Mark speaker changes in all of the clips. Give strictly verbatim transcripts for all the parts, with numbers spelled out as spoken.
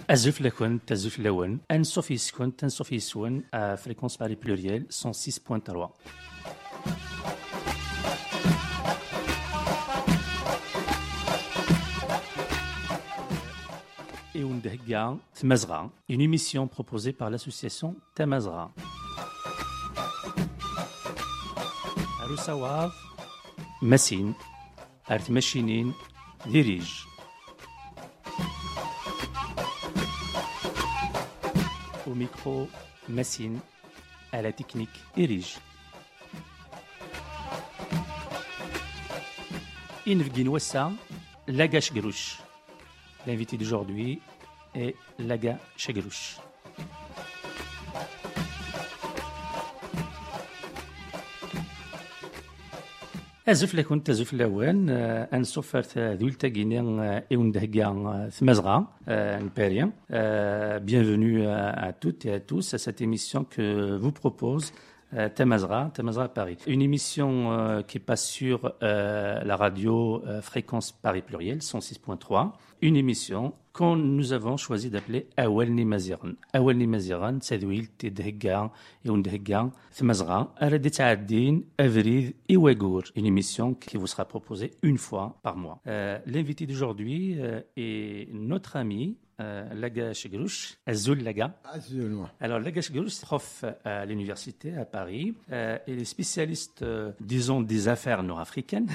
Speaker 1: Azuf Lekun, Tazuf Lewen, En Sofiskun, Ten Sofiswen, à fréquence Paris pluriel, cent six point trois. Et Undehga Tmazra, une émission proposée par l'association Tamazra. Arusawav, Massin, Artmachinin, dirige. Au micro, Massin, à la technique, dirige. Invgin Wassa, Laga Shgerouch. L'invité d'aujourd'hui est Laga Shgerouch. أزف لكم تزف لوين أن سفرت ذولتا جينيان إوندهجان ثمزغا نباريا. Bienvenue à toutes et à tous à cette émission que vous propose Tamazra, Tamazra Paris. Une émission euh, qui passe sur euh, la radio euh, Fréquence Paris Pluriel, cent six point trois. Une émission que nous avons choisi d'appeler Awalni Maziran. Awalni Maziran, Tsadouil, Tidhega, et Undhega, Tamazra, Aradet Addin, Avrid, Iwagour. Une émission qui vous sera proposée une fois par mois. Euh, l'invité d'aujourd'hui euh, est notre ami, Euh, Laga Shgerouch, Azul Laga.
Speaker 2: Azul, moi.
Speaker 1: Alors, Laga Shgerouch, prof à l'université à Paris. Euh, il est spécialiste, euh, disons, des affaires nord-africaines.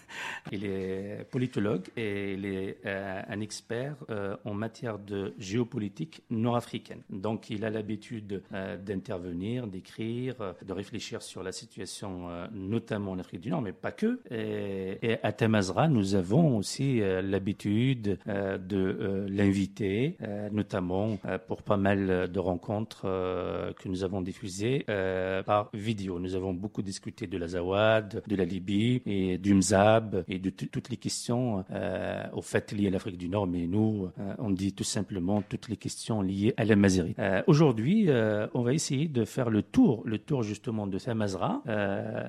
Speaker 1: Il est politologue et il est euh, un expert euh, en matière de géopolitique nord-africaine. Donc, il a l'habitude euh, d'intervenir, d'écrire, euh, de réfléchir sur la situation, euh, notamment en Afrique du Nord, mais pas que. Et, et à Tamazra, nous avons aussi euh, l'habitude euh, de euh, l'inviter. Euh, notamment euh, pour pas mal de rencontres euh, que nous avons diffusées euh, par vidéo. Nous avons beaucoup discuté de l'Azawad, de la Libye et du Mzab et de t- toutes les questions euh, au fait liées à l'Afrique du Nord, mais nous, euh, on dit tout simplement toutes les questions liées à la Mazérie. Euh, aujourd'hui, euh, on va essayer de faire le tour, le tour justement de Tamazra, euh,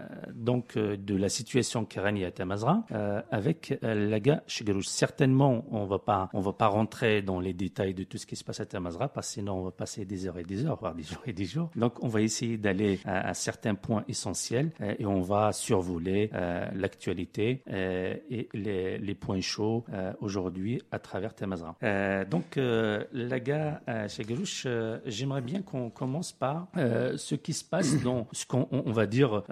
Speaker 1: donc euh, de la situation qui règne à Tamazra, euh, avec euh, Laga Shgerouch. Certainement, on va pas, on va pas rentrer dans les détails de tout ce qui se passe à Tamazra, parce que sinon on va passer des heures et des heures, voire des jours et des jours. Donc on va essayer d'aller à, à certains points essentiels euh, et on va survoler euh, l'actualité euh, et les, les points chauds euh, aujourd'hui à travers Tamazra. Euh, donc euh, Laga euh, Shgerouch, euh, j'aimerais bien qu'on commence par euh, ce qui se passe dans ce qu'on on, on va dire euh,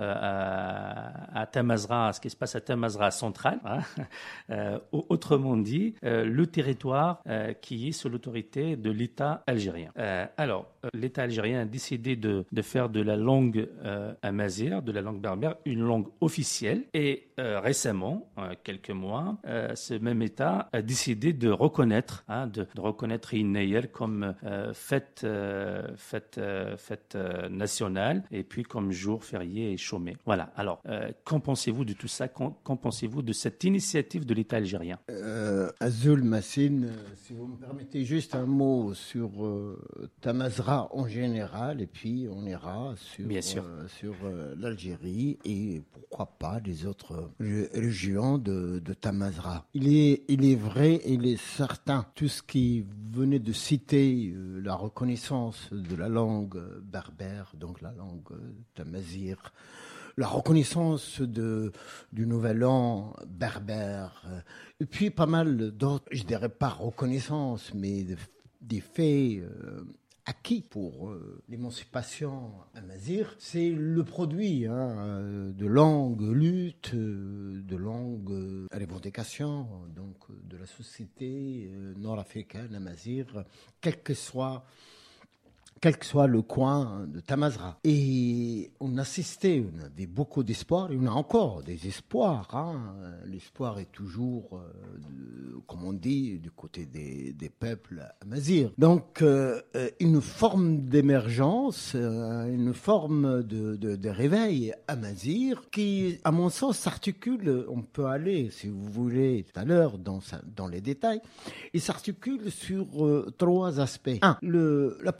Speaker 1: à, à Tamazra, ce qui se passe à Tamazra central, hein, euh, autrement dit euh, le territoire euh, qui est sous l'autorité de l'État algérien. Euh, alors, euh, l'État algérien a décidé de, de faire de la langue euh, amazigh, de la langue berbère, une langue officielle. Et euh, récemment, euh, quelques mois, euh, ce même État a décidé de reconnaître, hein, de, de reconnaître Innayer comme euh, fête, euh, fête, euh, fête euh, nationale et puis comme jour férié et chômé. Voilà. Alors, euh, qu'en pensez-vous de tout ça? Qu'en, qu'en pensez-vous de cette initiative de l'État algérien?
Speaker 2: euh, Azul Massin, euh, si vous me permettez juste un mot sur euh, Tamazra en général, et puis on ira sur,
Speaker 1: Bien sûr.
Speaker 2: euh, sur euh, l'Algérie et pourquoi pas les autres euh, régions de, de Tamazra. Il est, il est vrai, il est certain, tout ce qui venait de citer euh, la reconnaissance de la langue berbère, donc la langue euh, tamazigh, la reconnaissance de, du nouvel an berbère, et puis pas mal d'autres, je dirais pas reconnaissance, mais de, des faits euh, acquis pour euh, l'émancipation amazigh. C'est le produit hein, de longues luttes, de longues revendications donc, de la société nord-africaine amazigh, quel que soit quel que soit le coin de Tamazra. Et on assistait, on avait beaucoup d'espoir, et on a encore des espoirs. Hein. L'espoir est toujours, euh, de, comme on dit, du côté des, des peuples amazirs. Donc, euh, une forme d'émergence, euh, une forme de, de, de réveil amazir qui, à mon sens, s'articule, on peut aller, si vous voulez, tout à l'heure, dans, dans les détails, il s'articule sur euh, trois aspects. Un, le, la prospérité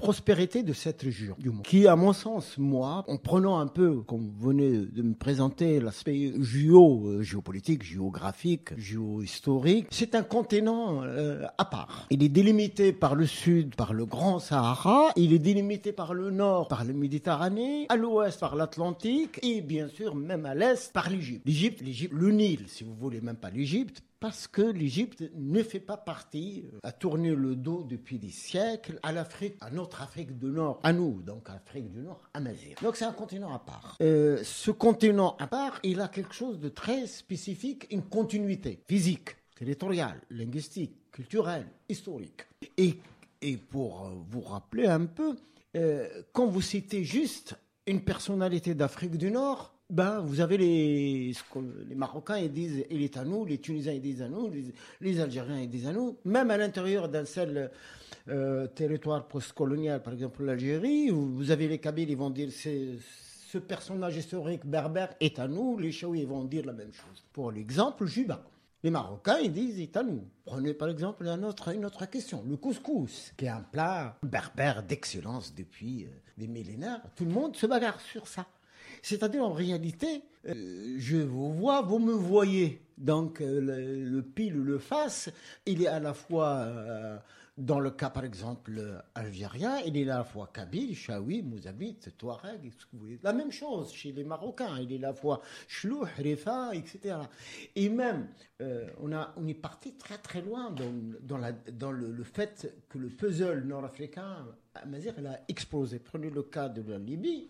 Speaker 2: particularité de cette région du monde, qui, à mon sens, moi, en prenant un peu, comme vous venez de me présenter, l'aspect géo, euh, géopolitique, géographique, géohistorique, c'est un continent euh, à part. Il est délimité par le sud, par le Grand Sahara, il est délimité par le nord, par la Méditerranée, à l'ouest par l'Atlantique, et bien sûr, même à l'est, par l'Égypte. L'Égypte, l'Égypte, le Nil, si vous voulez, même pas l'Égypte, parce que l'Égypte ne fait pas partie, a tourné le dos depuis des siècles à l'Afrique, à notre Afrique du Nord, à nous, donc Afrique du Nord, à Mazir. Donc c'est un continent à part. Euh, ce continent à part, il a quelque chose de très spécifique, une continuité physique, territoriale, linguistique, culturelle, historique. Et, et pour vous rappeler un peu, euh, quand vous citez juste une personnalité d'Afrique du Nord, ben, vous avez les, les Marocains, ils disent il est à nous, les Tunisiens, ils disent à nous, les, les Algériens, ils disent à nous. Même à l'intérieur d'un seul euh, territoire post-colonial, par exemple l'Algérie, vous avez les Kabyles, ils vont dire c'est, ce personnage historique berbère est à nous, les Chaouis vont dire la même chose. Pour l'exemple, Juba. Les Marocains, ils disent c'est à nous. Prenez par exemple une autre, une autre question, le couscous, qui est un plat berbère d'excellence depuis euh, des millénaires. Tout le monde se bagarre sur ça. C'est-à-dire, en réalité, euh, je vous vois, vous me voyez. Donc, euh, le, le pile ou le face, il est à la fois, euh, dans le cas, par exemple, algérien, il est à la fois kabyle, chaoui, mouzabite, touareg, la même chose chez les Marocains. Il est à la fois chlou, rifa, et cetera. Et même, euh, on, a, on est parti très très loin dans, dans, la, dans le, le fait que le puzzle nord-africain, Amazir, il a explosé. Prenez le cas de la Libye.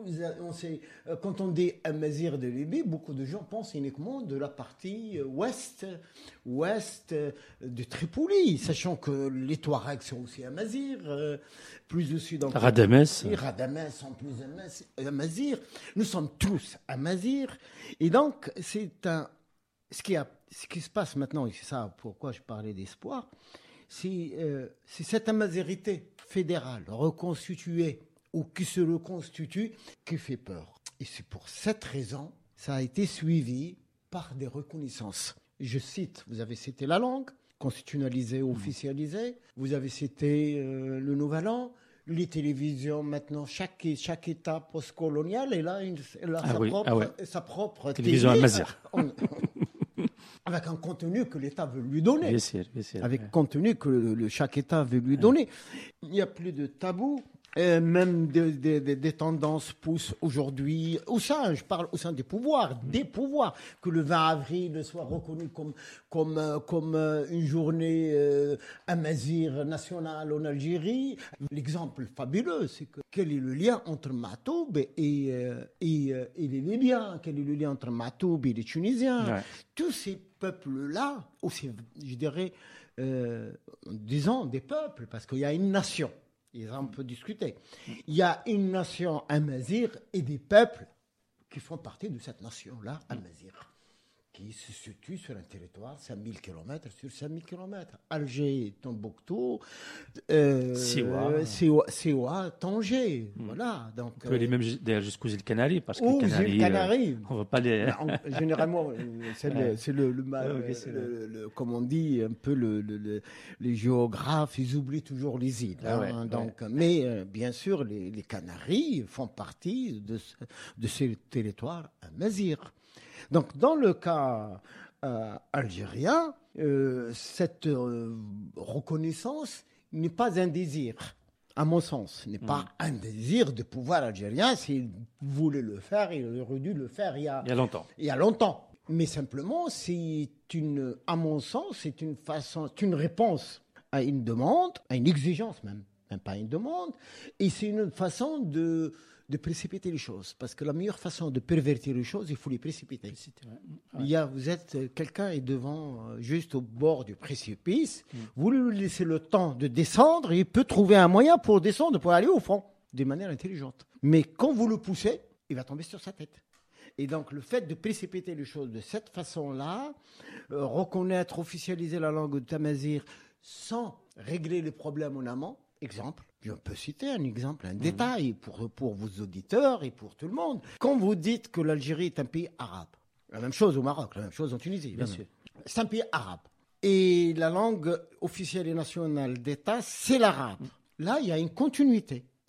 Speaker 2: On sait, quand on dit Amazir de Libye, beaucoup de gens pensent uniquement de la partie ouest, ouest de Tripoli, sachant que les Touaregs sont aussi Amazir, euh, plus au sud.
Speaker 1: Radamès.
Speaker 2: Radamès sont plus Amazir. Nous sommes tous Amazir. Et donc, c'est un, ce qui, a, ce qui se passe maintenant, et c'est ça pourquoi je parlais d'espoir, c'est, euh, c'est cette amazérité fédérale, reconstituée, ou qui se reconstitue, qui fait peur. Et c'est pour cette raison, ça a été suivi par des reconnaissances. Je cite, vous avez cité la langue, constitutionnalisée, officialisée, vous avez cité euh, le Nouvel An, les télévisions maintenant, chaque, chaque État post-colonial, elle a, une, elle a ah sa, oui, propre, ah ouais. sa propre
Speaker 1: télévision télé,
Speaker 2: Amazir. Avec un contenu que l'État veut lui donner.
Speaker 1: Bien sûr, bien sûr,
Speaker 2: avec
Speaker 1: ouais.
Speaker 2: contenu que le, le, chaque État veut lui donner. Il n'y a plus de tabou. Et même des, des, des tendances poussent aujourd'hui au sein, je parle au sein des pouvoirs, des pouvoirs, que le vingt avril soit reconnu comme, comme, comme une journée euh, amazir nationale en Algérie. L'exemple fabuleux, c'est que quel est le lien entre Matoub et, et, et, et les Libyens, quel est le lien entre Matoub et les Tunisiens. Ouais. Tous ces peuples-là, aussi, je dirais, euh, disons des peuples, parce qu'il y a une nation. Et ça, on peut discuter. Il y a une nation amazir et des peuples qui font partie de cette nation-là, amazir, qui se situe sur un territoire cinq mille kilomètres sur cinq mille kilomètres. Alger, Tombouctou, euh,
Speaker 1: Siwa,
Speaker 2: Siwa, Siwa, Tanger. Mmh. Voilà. Donc,
Speaker 1: on peut aller même d'ailleurs jusqu'aux îles Canaries, parce que
Speaker 2: les
Speaker 1: Canaries,
Speaker 2: Canaries,
Speaker 1: euh, on ne va pas les...
Speaker 2: on, généralement, c'est, le, c'est le, le, ah, okay, c'est le, le, le, comme on dit, un peu le, le, le, les géographes, ils oublient toujours les îles. Ah, hein, ouais, donc, ouais. Mais euh, bien sûr, les, les Canaries font partie de, de ces territoires amazirs. Donc, dans le cas euh, algérien, euh, cette euh, reconnaissance n'est pas un désir, à mon sens, n'est pas mmh. un désir de pouvoir algérien. S'il voulait le faire, il aurait dû le faire il y a,
Speaker 1: il y a longtemps.
Speaker 2: Il y a longtemps. Mais simplement, c'est une, à mon sens, c'est une façon, c'est une réponse à une demande, à une exigence même, même pas une demande, et c'est une façon de de précipiter les choses. Parce que la meilleure façon de pervertir les choses, il faut les précipiter. Ouais. Ouais. Il y a, vous êtes, quelqu'un est devant, euh, juste au bord du précipice, mmh. vous lui laissez le temps de descendre, il peut trouver un moyen pour descendre, pour aller au fond, de manière intelligente. Mais quand vous le poussez, il va tomber sur sa tête. Et donc, le fait de précipiter les choses de cette façon-là, euh, reconnaître, officialiser la langue de Tamazir sans régler les problèmes en amont, exemple, je peux citer un exemple, un mmh. détail pour, pour vos auditeurs et pour tout le monde. Quand vous dites que l'Algérie est un pays arabe, la même chose au Maroc, la même chose en Tunisie, bien sûr. C'est un pays arabe. Et la langue officielle et nationale d'État, c'est l'arabe. Mmh. Là, il y a une continuité.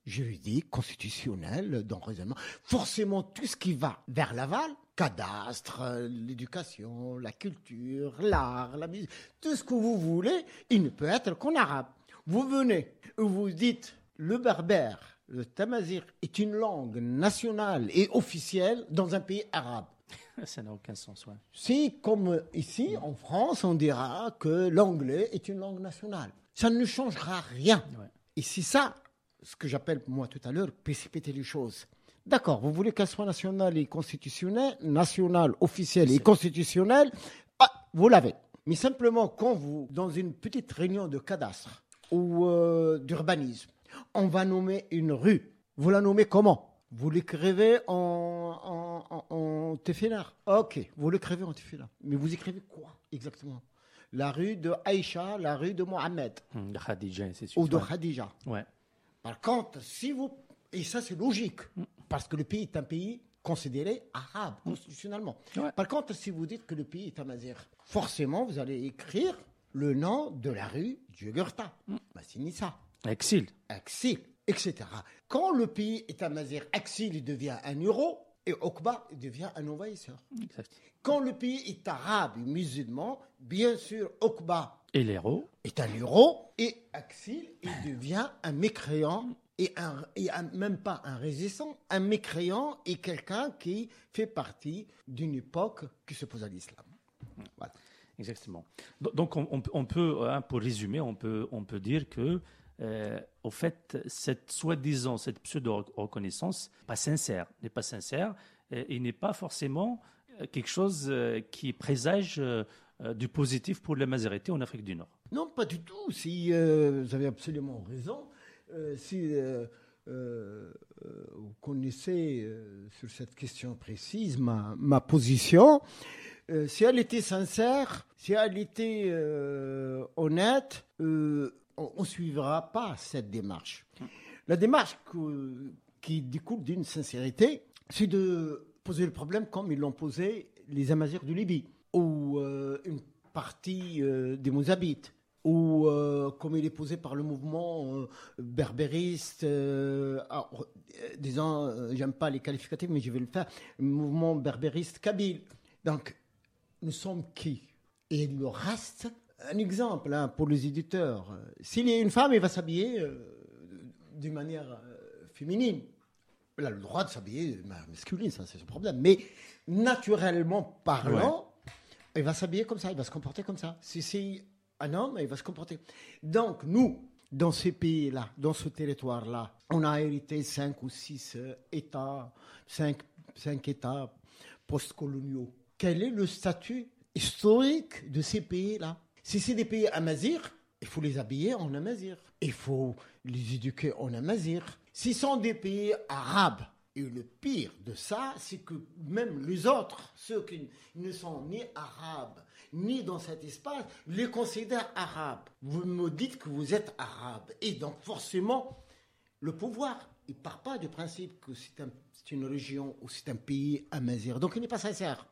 Speaker 2: juridique, constitutionnel, dans le raisonnement. Forcément, tout ce qui va vers l'aval, cadastre, l'éducation, la culture, l'art, la musique, tout ce que vous voulez, il ne peut être qu'en arabe. Vous venez, vous dites, le berbère, le tamazigh est une langue nationale et officielle dans un pays arabe.
Speaker 1: Ça n'a aucun sens, ouais.
Speaker 2: C'est comme ici, en France, on dira que l'anglais est une langue nationale. Ça ne changera rien.
Speaker 1: Ouais.
Speaker 2: Et c'est ça, ce que j'appelle, moi, tout à l'heure, précipiter les choses. D'accord, vous voulez qu'elle soit nationale et constitutionnelle, nationale, officielle et constitutionnelle, ah, vous l'avez. Mais simplement, quand vous, dans une petite réunion de cadastre ou euh, d'urbanisme, on va nommer une rue, vous la nommez comment? Vous l'écrivez en, en, en, en téfénar. Ok, vous l'écrivez en téfénar. Mais vous écrivez quoi exactement? La rue de Aïcha, la rue de Mohamed.
Speaker 1: Hum, de Khadija, c'est sûr.
Speaker 2: Ou de Khadija.
Speaker 1: Ouais.
Speaker 2: Par contre, si vous... Et ça, c'est logique. Hum. Parce que le pays est un pays considéré arabe, hum. constitutionnellement. Ouais. Par contre, si vous dites que le pays est amazigh, forcément, vous allez écrire le nom de la rue Djugurta. Hum. Bah, c'est Nissa.
Speaker 1: Exil.
Speaker 2: Exil, et cetera. Quand le pays est amazigh, Exil, il devient un euro. Et Okba devient un envahisseur.
Speaker 1: Exact.
Speaker 2: Quand le pays est arabe et musulman, bien sûr, Okba
Speaker 1: et l'héros
Speaker 2: est un héros. Et Exil, il devient un mécréant. Et, un, et un, même pas un résistant, un mécréant et quelqu'un qui fait partie d'une époque qui s'oppose à l'islam.
Speaker 1: Voilà. Exactement. Donc, on, on peut, hein, pour résumer, on peut, on peut dire que Euh, au fait, cette soi-disant, cette pseudo-reconnaissance, pas sincère, n'est pas sincère et, et n'est pas forcément quelque chose euh, qui présage euh, du positif pour la majorité en Afrique du Nord.
Speaker 2: Non, pas du tout. Si euh, vous avez absolument raison, euh, si euh, euh, vous connaissez euh, sur cette question précise ma, ma position, euh, si elle était sincère, si elle était euh, honnête, euh, on ne suivra pas cette démarche. La démarche que, qui découle d'une sincérité, c'est de poser le problème comme ils l'ont posé les Amazirs de Libye, ou euh, une partie euh, des Mozabites, ou euh, comme il est posé par le mouvement euh, berbériste, euh, alors, disons, euh, j'aime pas les qualificatifs, mais je vais le faire, le mouvement berbériste kabyle. Donc, nous sommes qui? Et il nous reste un exemple hein, pour les éditeurs. S'il y a une femme, elle va s'habiller euh, d'une manière euh, féminine. Elle a le droit de s'habiller masculine, ça c'est son problème. Mais naturellement parlant, ouais. elle va s'habiller comme ça, elle va se comporter comme ça. Si c'est un homme, il va se comporter. Donc nous, dans ces pays-là, dans ce territoire-là, on a hérité cinq ou six euh, États, cinq, cinq États post-coloniaux. Quel est le statut historique de ces pays-là? Si c'est des pays amazirs, il faut les habiller en amazir. Il faut les éduquer en amazir. Si ce sont des pays arabes, et le pire de ça, c'est que même les autres, ceux qui ne sont ni arabes, ni dans cet espace, les considèrent arabes. Vous me dites que vous êtes arabe. Et donc forcément, le pouvoir, il ne part pas du principe que c'est, un, c'est une région ou c'est un pays amazir. Donc il n'est pas sincère.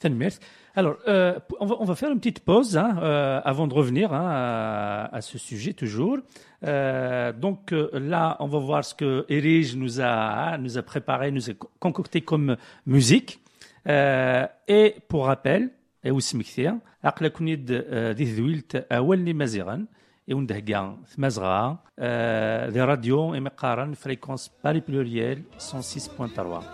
Speaker 1: Alors, euh, on, va, on va faire une petite pause hein, euh, avant de revenir hein, à, à ce sujet toujours. Euh, donc euh, là, on va voir ce que Erige nous a, nous a préparé, nous a concocté comme musique. Euh, et pour rappel, et aussi مكثير عقل كنيد ذي ذويلت أولني مزيرا وندهجا مزرعة ذي راديو إمقارن فريكونس باري بلوريال cent six point trois.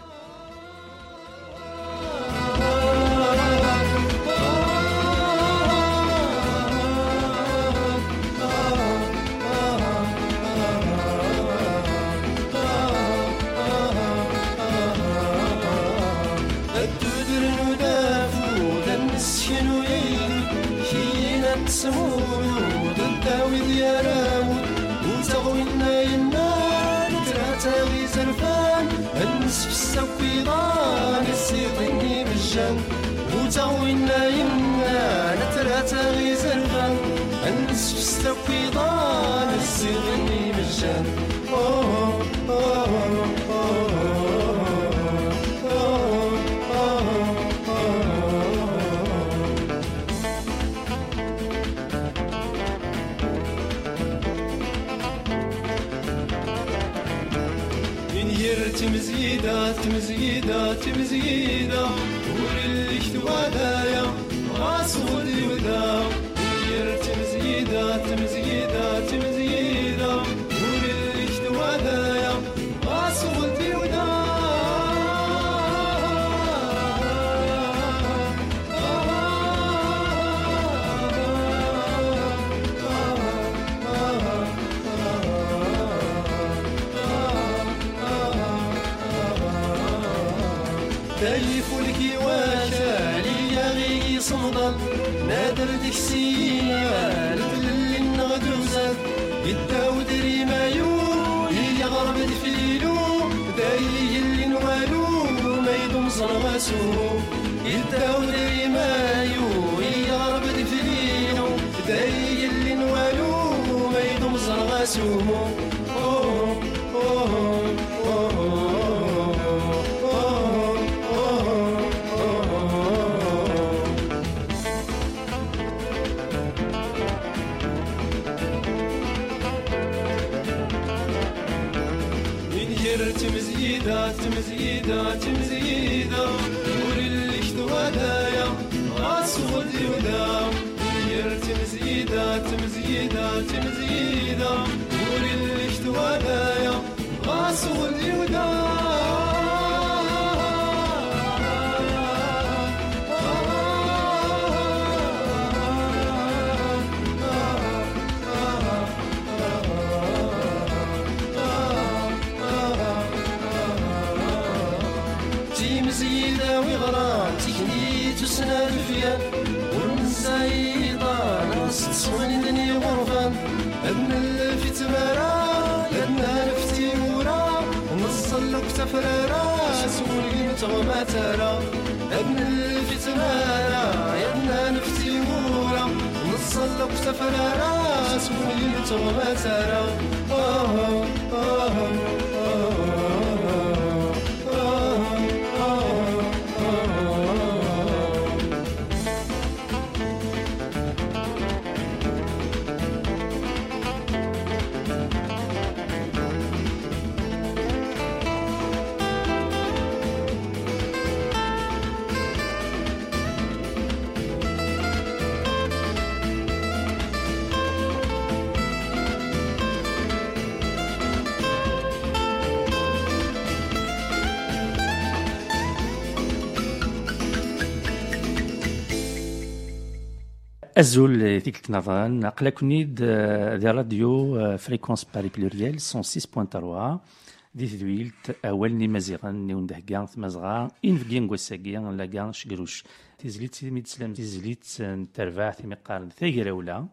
Speaker 3: وتعوينا يمنا نتراتا غي زرفان النسف السويضان السيغني مجان أوه أوه تمزيدة تمزيدة تمزيدة وريلك توادايا غاس غدي ودا غير تمزيدة تمزيدة تمزيدة وريلك توادايا غاس غدي ودا تليفونك واشا ليا غي صمدل نادر ديك السينة لدل النغدو زاد يداو دري مايو هي غرب دفيلو داي اللي نوالو ما يدوم صنغاسو يداو دري مايو هي غرب دفيلو داي اللي نوالو ما يدوم صنغاسو أوه أوه أوه تمزيدة تمزيدة تمزيدة وريلك توادايا غاس غدي ودا غير تمزيدة تمزيدة تمزيدة وريلك توادايا غاس غدي ودا مزيدة وغرام تكني تسنى الفيان والمزايدة ناس تصوني دني غرفان أدنى الفي تمارا لدنا نفتي ورا نصلق تفرارا سولي متغمى تارا أدنى الفي تمارا يدنا نفتي ورا نصلق تفرارا سولي متغمى تارا آه آه آه
Speaker 1: Azul ذيك نظن أقلكني دي راديو فريكونس باري بلوريال مية وستة فاصلة ثلاثة دي ثويلت أولني مزيغا نيون دهقان ثمزغا إن في جين قوساقيا لاقان شقروش تيزليت سيمي تسلم تيزليت ترفاع ثمي قارن ثيقر ولا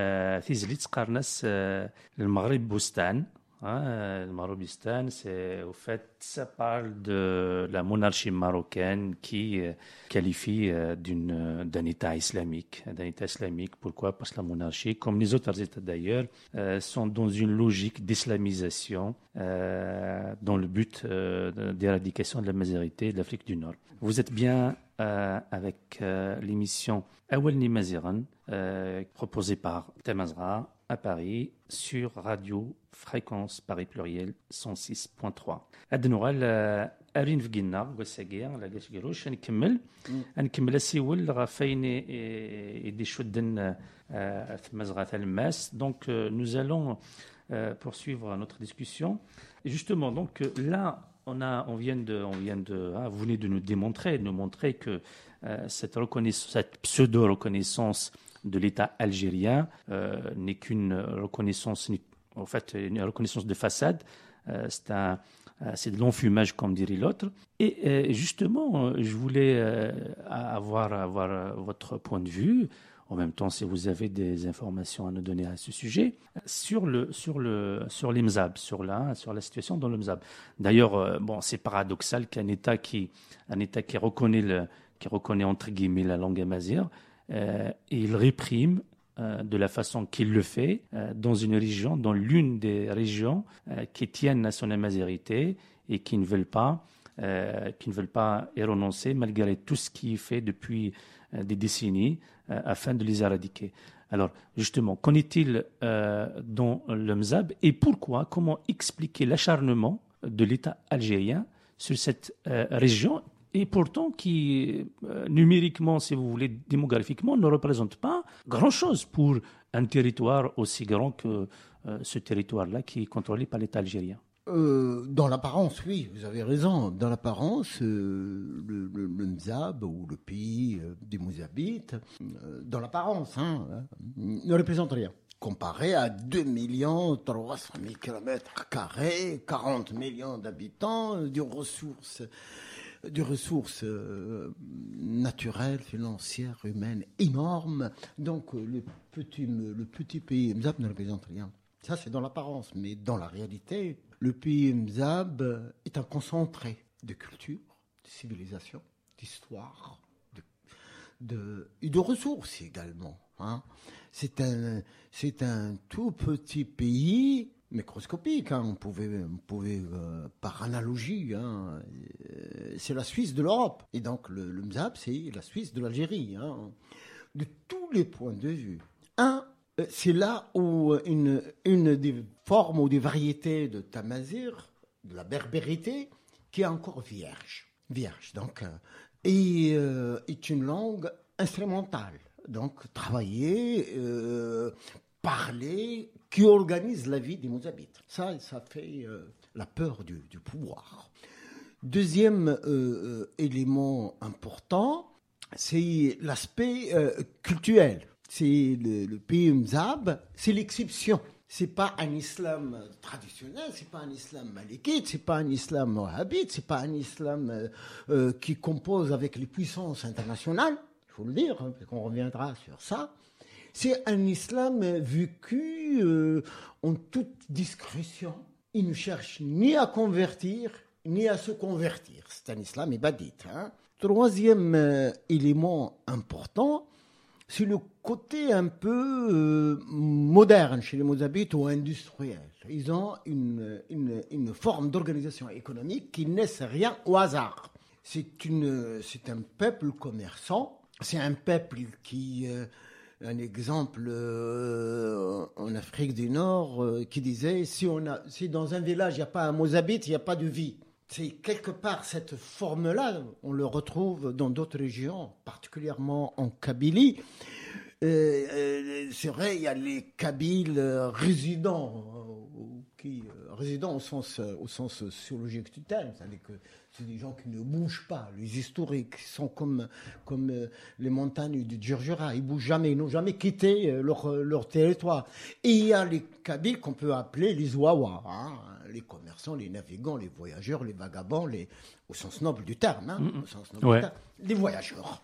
Speaker 1: تيزليت قارنس المغرب بوستان. Hein, le Maroc-Bistan, c'est au fait, ça parle de la monarchie marocaine qui euh, qualifie euh, d'une, d'un État islamique. D'un État islamique, pourquoi? Parce que la monarchie, comme les autres États d'ailleurs, euh, sont dans une logique d'islamisation euh, dans le but euh, d'éradication de la majorité de l'Afrique du Nord. Vous êtes bien euh, avec euh, l'émission Awelni Maziran, euh, proposée par Tamazra à Paris sur Radio Fréquence Paris Pluriel cent six point trois. أدنوغال أرين في جينا وساقيا لا قاش قروش نكمل نكمل السيول غافين يدي شدن مزغة الماس. Donc nous allons euh, poursuivre notre discussion. Et justement, donc là, on a, on vient de, on vient de, hein, vous venez de nous démontrer, de nous montrer que euh, cette reconnaissance, cette pseudo-reconnaissance de l'État algérien euh, n'est qu'une reconnaissance, en fait, une reconnaissance de façade. Euh, c'est un, euh, c'est de l'enfumage, comme dirait l'autre. Et euh, justement, euh, je voulais euh, avoir, avoir euh, votre point de vue. En même temps, si vous avez des informations à nous donner à ce sujet, sur le sur le sur l'Imzab, sur la sur la situation dans l'Imzab. D'ailleurs, euh, bon, c'est paradoxal qu'un État qui un État qui reconnaît le qui reconnaît entre guillemets la langue amazigh, euh, et il réprime euh, de la façon qu'il le fait euh, dans une région, dans l'une des régions euh, qui tiennent à son amazighité et qui ne veulent pas euh, qui ne veulent pas y renoncer malgré tout ce qui est fait depuis euh, des décennies euh, afin de les éradiquer. Alors, justement, qu'en est-il euh, dans le Mzab et pourquoi, comment expliquer l'acharnement de l'État algérien sur cette euh, région, et pourtant qui, euh, numériquement, si vous voulez, démographiquement, ne représente pas grand-chose pour un territoire aussi grand que euh, ce territoire-là qui est contrôlé par l'État algérien.
Speaker 2: Euh, dans l'apparence, oui, vous avez raison. Dans l'apparence, euh, le, le, le Mzab ou le pays euh, des Mouzabites, euh, dans l'apparence, hein, hein, ne représente rien. Comparé à deux millions trois cent mille kilomètres carrés, quarante millions d'habitants, des ressources, des ressources euh, naturelles, financières, humaines énormes. Donc euh, le petit, le petit pays Mzab ne représente rien. Ça, c'est dans l'apparence. Mais dans la réalité, le pays Mzab est un concentré de culture, de civilisation, d'histoire, de, de, et de ressources également. Hein. C'est un, c'est un tout petit pays microscopique. Hein. On pouvait, on pouvait euh, par analogie, hein, euh, c'est la Suisse de l'Europe. Et donc, le, le Mzab, c'est la Suisse de l'Algérie. Hein. De tous les points de vue. Un, c'est là où une, une des formes ou des variétés de Tamazir, de la berbérité, qui est encore vierge. Vierge, donc, euh, et euh, est une langue instrumentale. Donc, travailler, euh, parler, qui organise la vie des Mouzabites. Ça, ça fait euh, la peur du, du pouvoir. Deuxième euh, euh, élément important, c'est l'aspect euh, culturel. C'est le, le pays Mzab, c'est l'exception. C'est pas un islam traditionnel, c'est pas un islam malikite, c'est pas un islam wahhabite, c'est pas un islam euh, euh, qui compose avec les puissances internationales. Il faut le dire, hein, parce qu'on reviendra sur ça. C'est un islam vécu euh, en toute discrétion. Il ne cherche ni à convertir, ni à se convertir. C'est un islam ibadite. Hein. Troisième euh, élément important, c'est le côté un peu euh, moderne chez les Mouzabites ou industriel. Ils ont une, une, une forme d'organisation économique qui ne laisse rien au hasard. C'est, une, c'est un peuple commerçant. C'est un peuple qui, euh, un exemple euh, en Afrique du Nord, euh, qui disait si, on a, si dans un village il n'y a pas un Mouzabite, il n'y a pas de vie. C'est quelque part cette forme-là, on le retrouve dans d'autres régions, particulièrement en Kabylie. Euh, euh, c'est vrai, il y a les Kabyles résidents, euh, qui, euh, résidents au sens, au sens sociologique du terme, c'est-à-dire que c'est des gens qui ne bougent pas, les historiques, qui sont comme, comme euh, les montagnes du Djurdjura, ils ne bougent jamais, ils n'ont jamais quitté euh, leur, leur territoire. Et il y a les Kabyles qu'on peut appeler les Ouawa, hein, les commerçants, les navigants, les voyageurs, les vagabonds, les, au sens noble du terme, hein,
Speaker 1: mmh.
Speaker 2: au sens noble
Speaker 1: ouais.
Speaker 2: du terme, les voyageurs.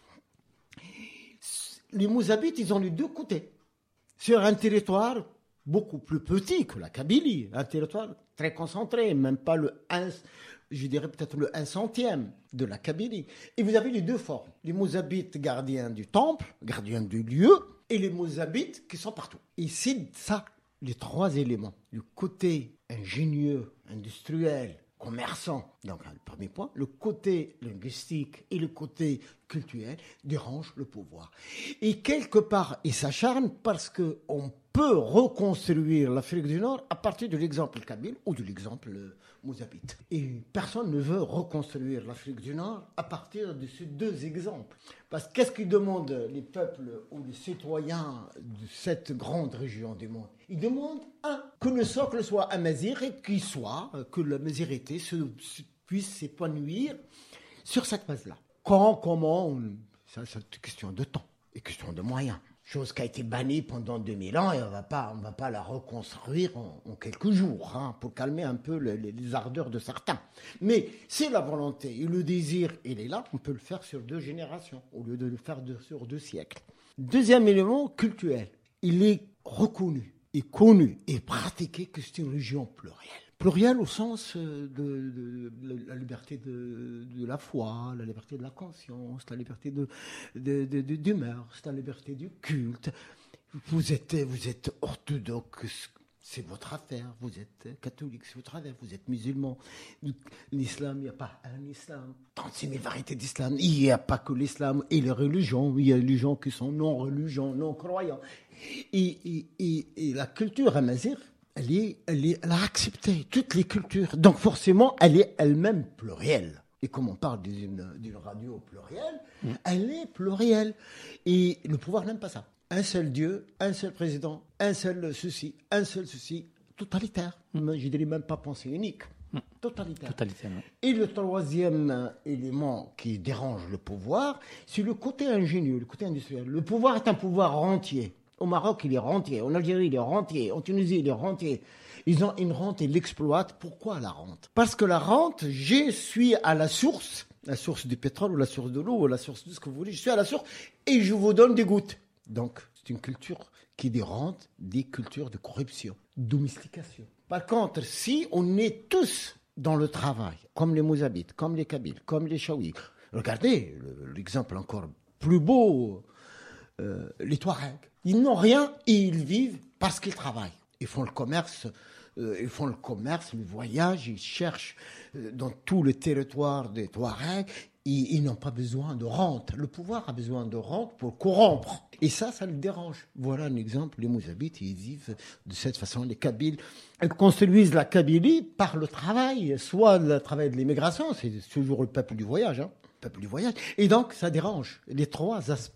Speaker 2: Les Mouzabites, ils ont les deux côtés. Sur un territoire beaucoup plus petit que la Kabylie, un territoire très concentré, même pas le un, je dirais peut-être le un centième de la Kabylie. Et vous avez les deux formes. Les Mouzabites gardiens du temple, gardiens du lieu, et les Mouzabites qui sont partout. Et c'est ça, les trois éléments. Le côté ingénieux, industriel, commerçant, donc le premier point, le côté linguistique et le côté culturel dérangent le pouvoir. Et quelque part, il s'acharne parce qu'on peut reconstruire l'Afrique du Nord à partir de l'exemple kabyle ou de l'exemple mouzabite. Et personne ne veut reconstruire l'Afrique du Nord à partir de ces deux exemples. Parce que qu'est-ce qu'ils demandent les peuples ou les citoyens de cette grande région du monde ? Ils demandent, un, que le socle soit amazigh et qu'il soit, que la mazirité se, se, puisse s'épanouir sur cette base-là. Quand, comment, on, ça, c'est une question de temps et question de moyens. Chose qui a été bannie pendant deux mille ans et on ne va pas, on va pas la reconstruire en, en quelques jours, hein, pour calmer un peu les, les ardeurs de certains. Mais c'est la volonté et le désir, il est là, on peut le faire sur deux générations au lieu de le faire de, sur deux siècles. Deuxième élément, culturel. Il est reconnu et connu et pratiqué que c'est une religion plurielle. Pluriel au sens de, de, de la liberté de, de la foi, la liberté de la conscience, la liberté de, de, de, de, de mœurs, la liberté du culte. Vous êtes, vous êtes orthodoxe, c'est votre affaire. Vous êtes catholique, c'est votre affaire. Vous êtes musulman. L'islam, il n'y a pas un islam. trente-six mille variétés d'islam. Il n'y a pas que l'islam et les religions. Il y a les gens qui sont non-religions, non-croyants. Et, et, et, et la culture amazigh, elle, est, elle, est, elle a accepté toutes les cultures. Donc forcément, elle est elle-même plurielle. Et comme on parle d'une, d'une radio plurielle, mmh. elle est plurielle. Et le pouvoir n'aime pas ça. Un seul Dieu, un seul président, un seul ceci, un seul ceci, totalitaire. Mmh. Je ne dirais même pas pensée unique. Mmh. Totalitaire.
Speaker 1: Totalitaire.
Speaker 2: Et le troisième élément qui dérange le pouvoir, c'est le côté ingénieux, le côté industriel. Le pouvoir est un pouvoir rentier. Au Maroc, il est rentier. En Algérie, il est rentier. En Tunisie, il est rentier. Ils ont une rente et l'exploitent. Pourquoi la rente ? Parce que la rente, je suis à la source, la source du pétrole ou la source de l'eau ou la source de ce que vous voulez. Je suis à la source et je vous donne des gouttes. Donc, c'est une culture qui est des rentes, des cultures de corruption, domestication. Par contre, si on est tous dans le travail, comme les Mouzabites, comme les Kabyles, comme les Chaouis, regardez l'exemple encore plus beau, euh, les Touaregs. Ils n'ont rien et ils vivent parce qu'ils travaillent. Ils font le commerce, euh, ils font le commerce, le voyage, ils cherchent euh, dans tout le territoire des Touaregs. Ils, ils n'ont pas besoin de rente. Le pouvoir a besoin de rente pour corrompre. Et ça, ça le dérange. Voilà un exemple. Les Mouzabites, ils vivent de cette façon. Les Kabyles, ils construisent la Kabylie par le travail, soit le travail de l'immigration, c'est toujours le peuple du voyage, hein, le peuple du voyage. Et donc, ça dérange. Les trois aspects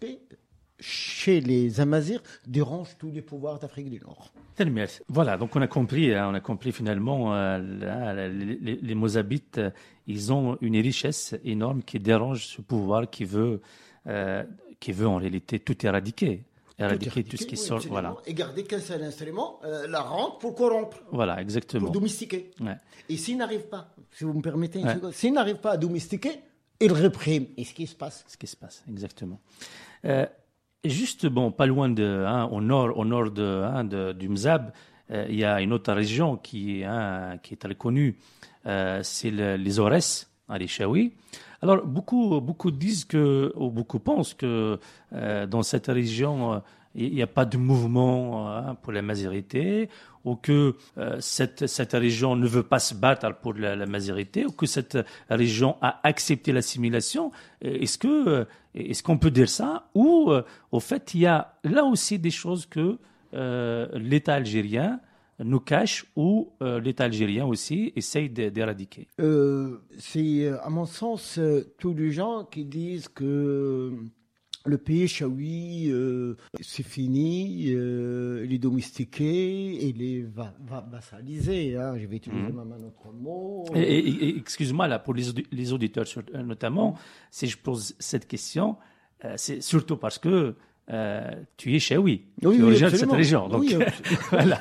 Speaker 2: chez les Amazirs dérange tous les pouvoirs d'Afrique du Nord.
Speaker 1: Voilà, donc on a compris, hein, on a compris finalement, euh, là, les, les, les Mouzabites, euh, ils ont une richesse énorme qui dérange ce pouvoir qui veut, euh, qui veut en réalité tout éradiquer. Éradiquer tout, tout ce qui
Speaker 2: oui,
Speaker 1: sort, voilà.
Speaker 2: Et garder qu'un seul instrument, euh, la rente pour corrompre.
Speaker 1: Voilà, exactement.
Speaker 2: Pour domestiquer.
Speaker 1: Ouais.
Speaker 2: Et s'ils n'arrivent pas, si vous me permettez,
Speaker 1: ouais.
Speaker 2: s'ils n'arrivent pas à domestiquer, ils répriment. Et ce qui se passe.
Speaker 1: Ce qui se passe, exactement. Euh, Juste, bon, pas loin de, hein, au nord, au nord de, hein, de, du Mzab, euh, il y a une autre région qui, hein, qui est très connue, euh, c'est le, les Aurès, hein, les Chaouis. Alors, beaucoup, beaucoup disent que, ou beaucoup pensent que euh, dans cette région, euh, il n'y a pas de mouvement hein, pour la majorité, ou que euh, cette, cette région ne veut pas se battre pour la, la majorité, ou que cette région a accepté l'assimilation. Est-ce que, est-ce qu'on peut dire ça? Ou, euh, au fait, il y a là aussi des choses que euh, l'État algérien nous cache, ou euh, l'État algérien aussi essaye d'éradiquer?
Speaker 2: euh, C'est, à mon sens, tous les gens qui disent que le pays chaoui, euh, c'est fini, euh, il est domestiqué, il est va, va, vassalisé. Hein, je vais utiliser mmh. un autre mot.
Speaker 1: Et, et, et, excuse-moi, là, pour les, les auditeurs notamment, mmh. si je pose cette question, euh, c'est surtout parce que euh, tu es chaoui,
Speaker 2: oui,
Speaker 1: tu es
Speaker 2: oui,
Speaker 1: originaire de cette région. Donc,
Speaker 2: oui,
Speaker 1: voilà.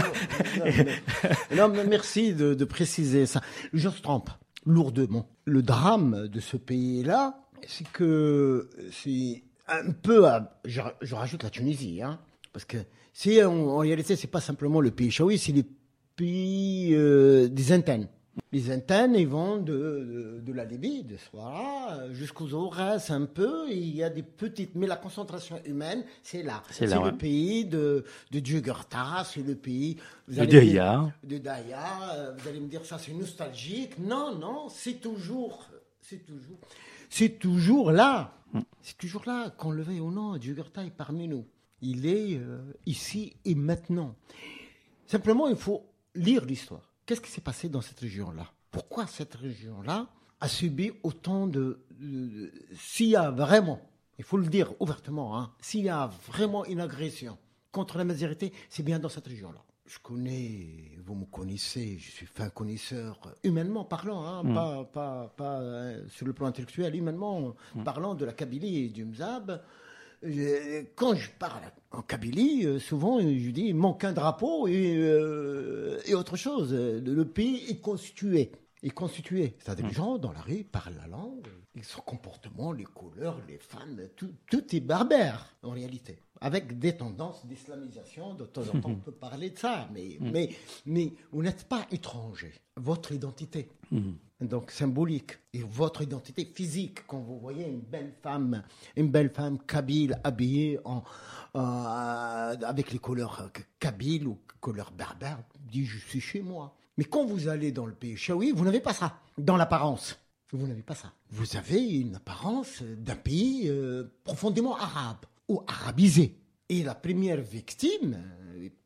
Speaker 2: Non, mais merci de, de préciser ça. Je se trompe lourdement. Le drame de ce pays-là, c'est que c'est un peu, à, je, je rajoute la Tunisie, hein, parce que c'est en, en réalité c'est pas simplement le pays chaoui, c'est les pays euh, des Intanes. Les Intanes, ils vont de, de, de la Libye, de Souara, jusqu'aux Aurès un peu, et il y a des petites, mais la concentration humaine, c'est là.
Speaker 1: C'est,
Speaker 2: c'est
Speaker 1: là,
Speaker 2: le
Speaker 1: ouais.
Speaker 2: pays de, de Djugurta, c'est le pays
Speaker 1: de Daya.
Speaker 2: De Daya, vous allez me dire ça c'est nostalgique. Non, non, c'est toujours, c'est toujours, c'est toujours là. C'est toujours là, qu'on le veuille ou non, Djugurta est parmi nous. Il est euh, ici et maintenant. Simplement, il faut lire l'histoire. Qu'est-ce qui s'est passé dans cette région-là? Pourquoi cette région-là a subi autant de... de, de s'il y a vraiment, il faut le dire ouvertement, hein, s'il y a vraiment une agression contre la majorité, c'est bien dans cette région-là. Je connais, vous me connaissez, je suis fin connaisseur, humainement parlant, hein, mmh. pas, pas, pas euh, sur le plan intellectuel, humainement mmh. parlant de la Kabylie et du Mzab. Je, quand je parle en Kabylie, euh, souvent je dis il manque un drapeau et, euh, et autre chose. Le, le pays est constitué. Est constitué. C'est-à-dire mmh. les gens dans la rue parlent la langue, son comportement, les couleurs, les femmes, tout, tout est barbare en réalité. Avec des tendances d'islamisation, de temps en temps on peut parler de ça, mais, mmh. mais, mais vous n'êtes pas étranger. Votre identité, mmh. donc symbolique, et votre identité physique, quand vous voyez une belle femme, une belle femme kabyle habillée en, euh, avec les couleurs kabyles ou couleurs berbères, vous dites je suis chez moi. Mais quand vous allez dans le pays chaoui, vous n'avez pas ça, dans l'apparence. Vous n'avez pas ça. Vous avez une apparence d'un pays euh, profondément arabe ou arabisé. Et la première victime,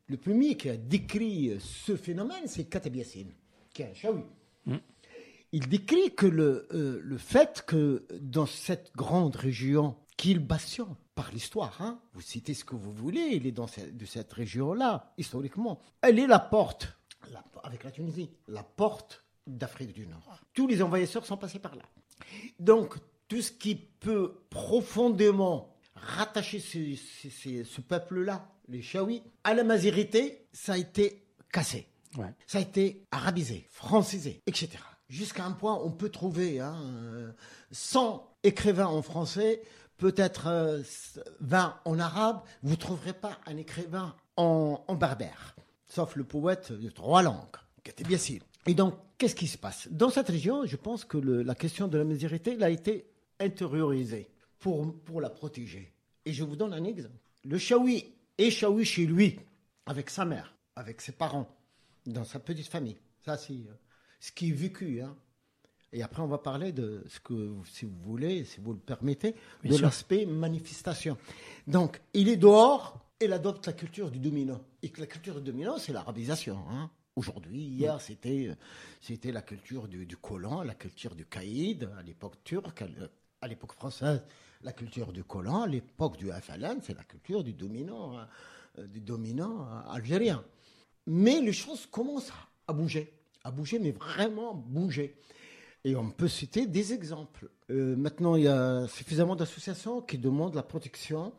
Speaker 2: Le premier qui a décrit ce phénomène, c'est Kateb Yassine, qui est un Chaoui. Mm. Il décrit que le, euh, le fait que dans cette grande région, qui est le bastion par l'histoire, hein, vous citez ce que vous voulez, il est dans cette, de cette région-là, historiquement, elle est la porte, la, avec la Tunisie, la porte d'Afrique du Nord. Tous les envahisseurs sont passés par là. Donc, tout ce qui peut profondément rattacher ce, ce, ce, ce peuple-là, les Chaouis, à la mazérité, ça a été cassé. Ouais. Ça a été arabisé, francisé, et cetera. Jusqu'à un point, on peut trouver hein, cent écrivains en français, peut-être euh, vingt en arabe. Vous ne trouverez pas un écrivain en, en berbère, sauf le poète de trois langues, Kateb Yassine. Et donc, qu'est-ce qui se passe ? Dans cette région, je pense que le, la question de la mazérité a été intériorisée pour, pour la protéger. Et je vous donne un exemple. Le Chaoui est Chaoui chez lui, avec sa mère, avec ses parents, dans sa petite famille. Ça, c'est euh, ce qui est vécu. Hein. Et après, on va parler de ce que, si vous voulez, si vous le permettez, Bien de sûr. L'aspect manifestation. Donc, il est dehors, il adopte la culture du dominant. Et que la culture du dominant, c'est l'arabisation. Hein. Aujourd'hui, hier, c'était, c'était la culture du, du colon, la culture du caïd, à l'époque turque, à l'époque française, la culture du colon, à l'époque du Hafalan, c'est la culture du dominant, euh, du dominant algérien. Mais les choses commencent à bouger, à bouger, mais vraiment bouger. Et on peut citer des exemples. Euh, maintenant, il y a suffisamment d'associations qui demandent la protection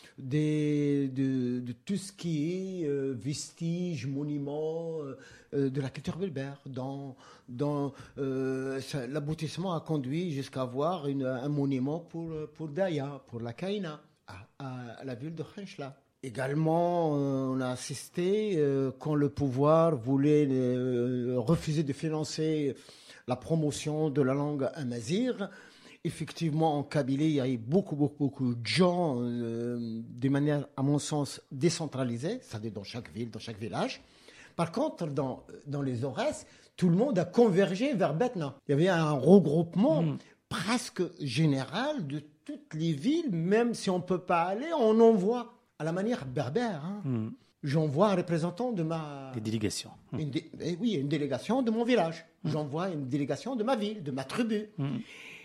Speaker 2: des, de, de tout ce qui est euh, vestiges, monuments euh, de la culture berbère. Dans, dans, euh, ça, l'aboutissement a conduit jusqu'à avoir une, un monument pour, pour Daya, pour la Kaïna, à, à, à la ville de Khenchla. Également, euh, on a assisté euh, quand le pouvoir voulait euh, refuser de financer la promotion de la langue amazigh. Effectivement, en Kabylie, il y a eu beaucoup, beaucoup, beaucoup de gens, euh, de manière, à mon sens, décentralisée, c'est-à-dire dans chaque ville, dans chaque village. Par contre, dans, dans les Aurès, tout le monde a convergé vers Betna. Il y avait un regroupement mmh. presque général de toutes les villes, même si on ne peut pas aller, on envoie à la manière berbère. Hein. Mmh. J'envoie un représentant de ma...
Speaker 1: Des délégations.
Speaker 2: Une dé... eh oui, une délégation de mon village. Mmh. J'envoie une délégation de ma ville, de ma tribu. Mmh.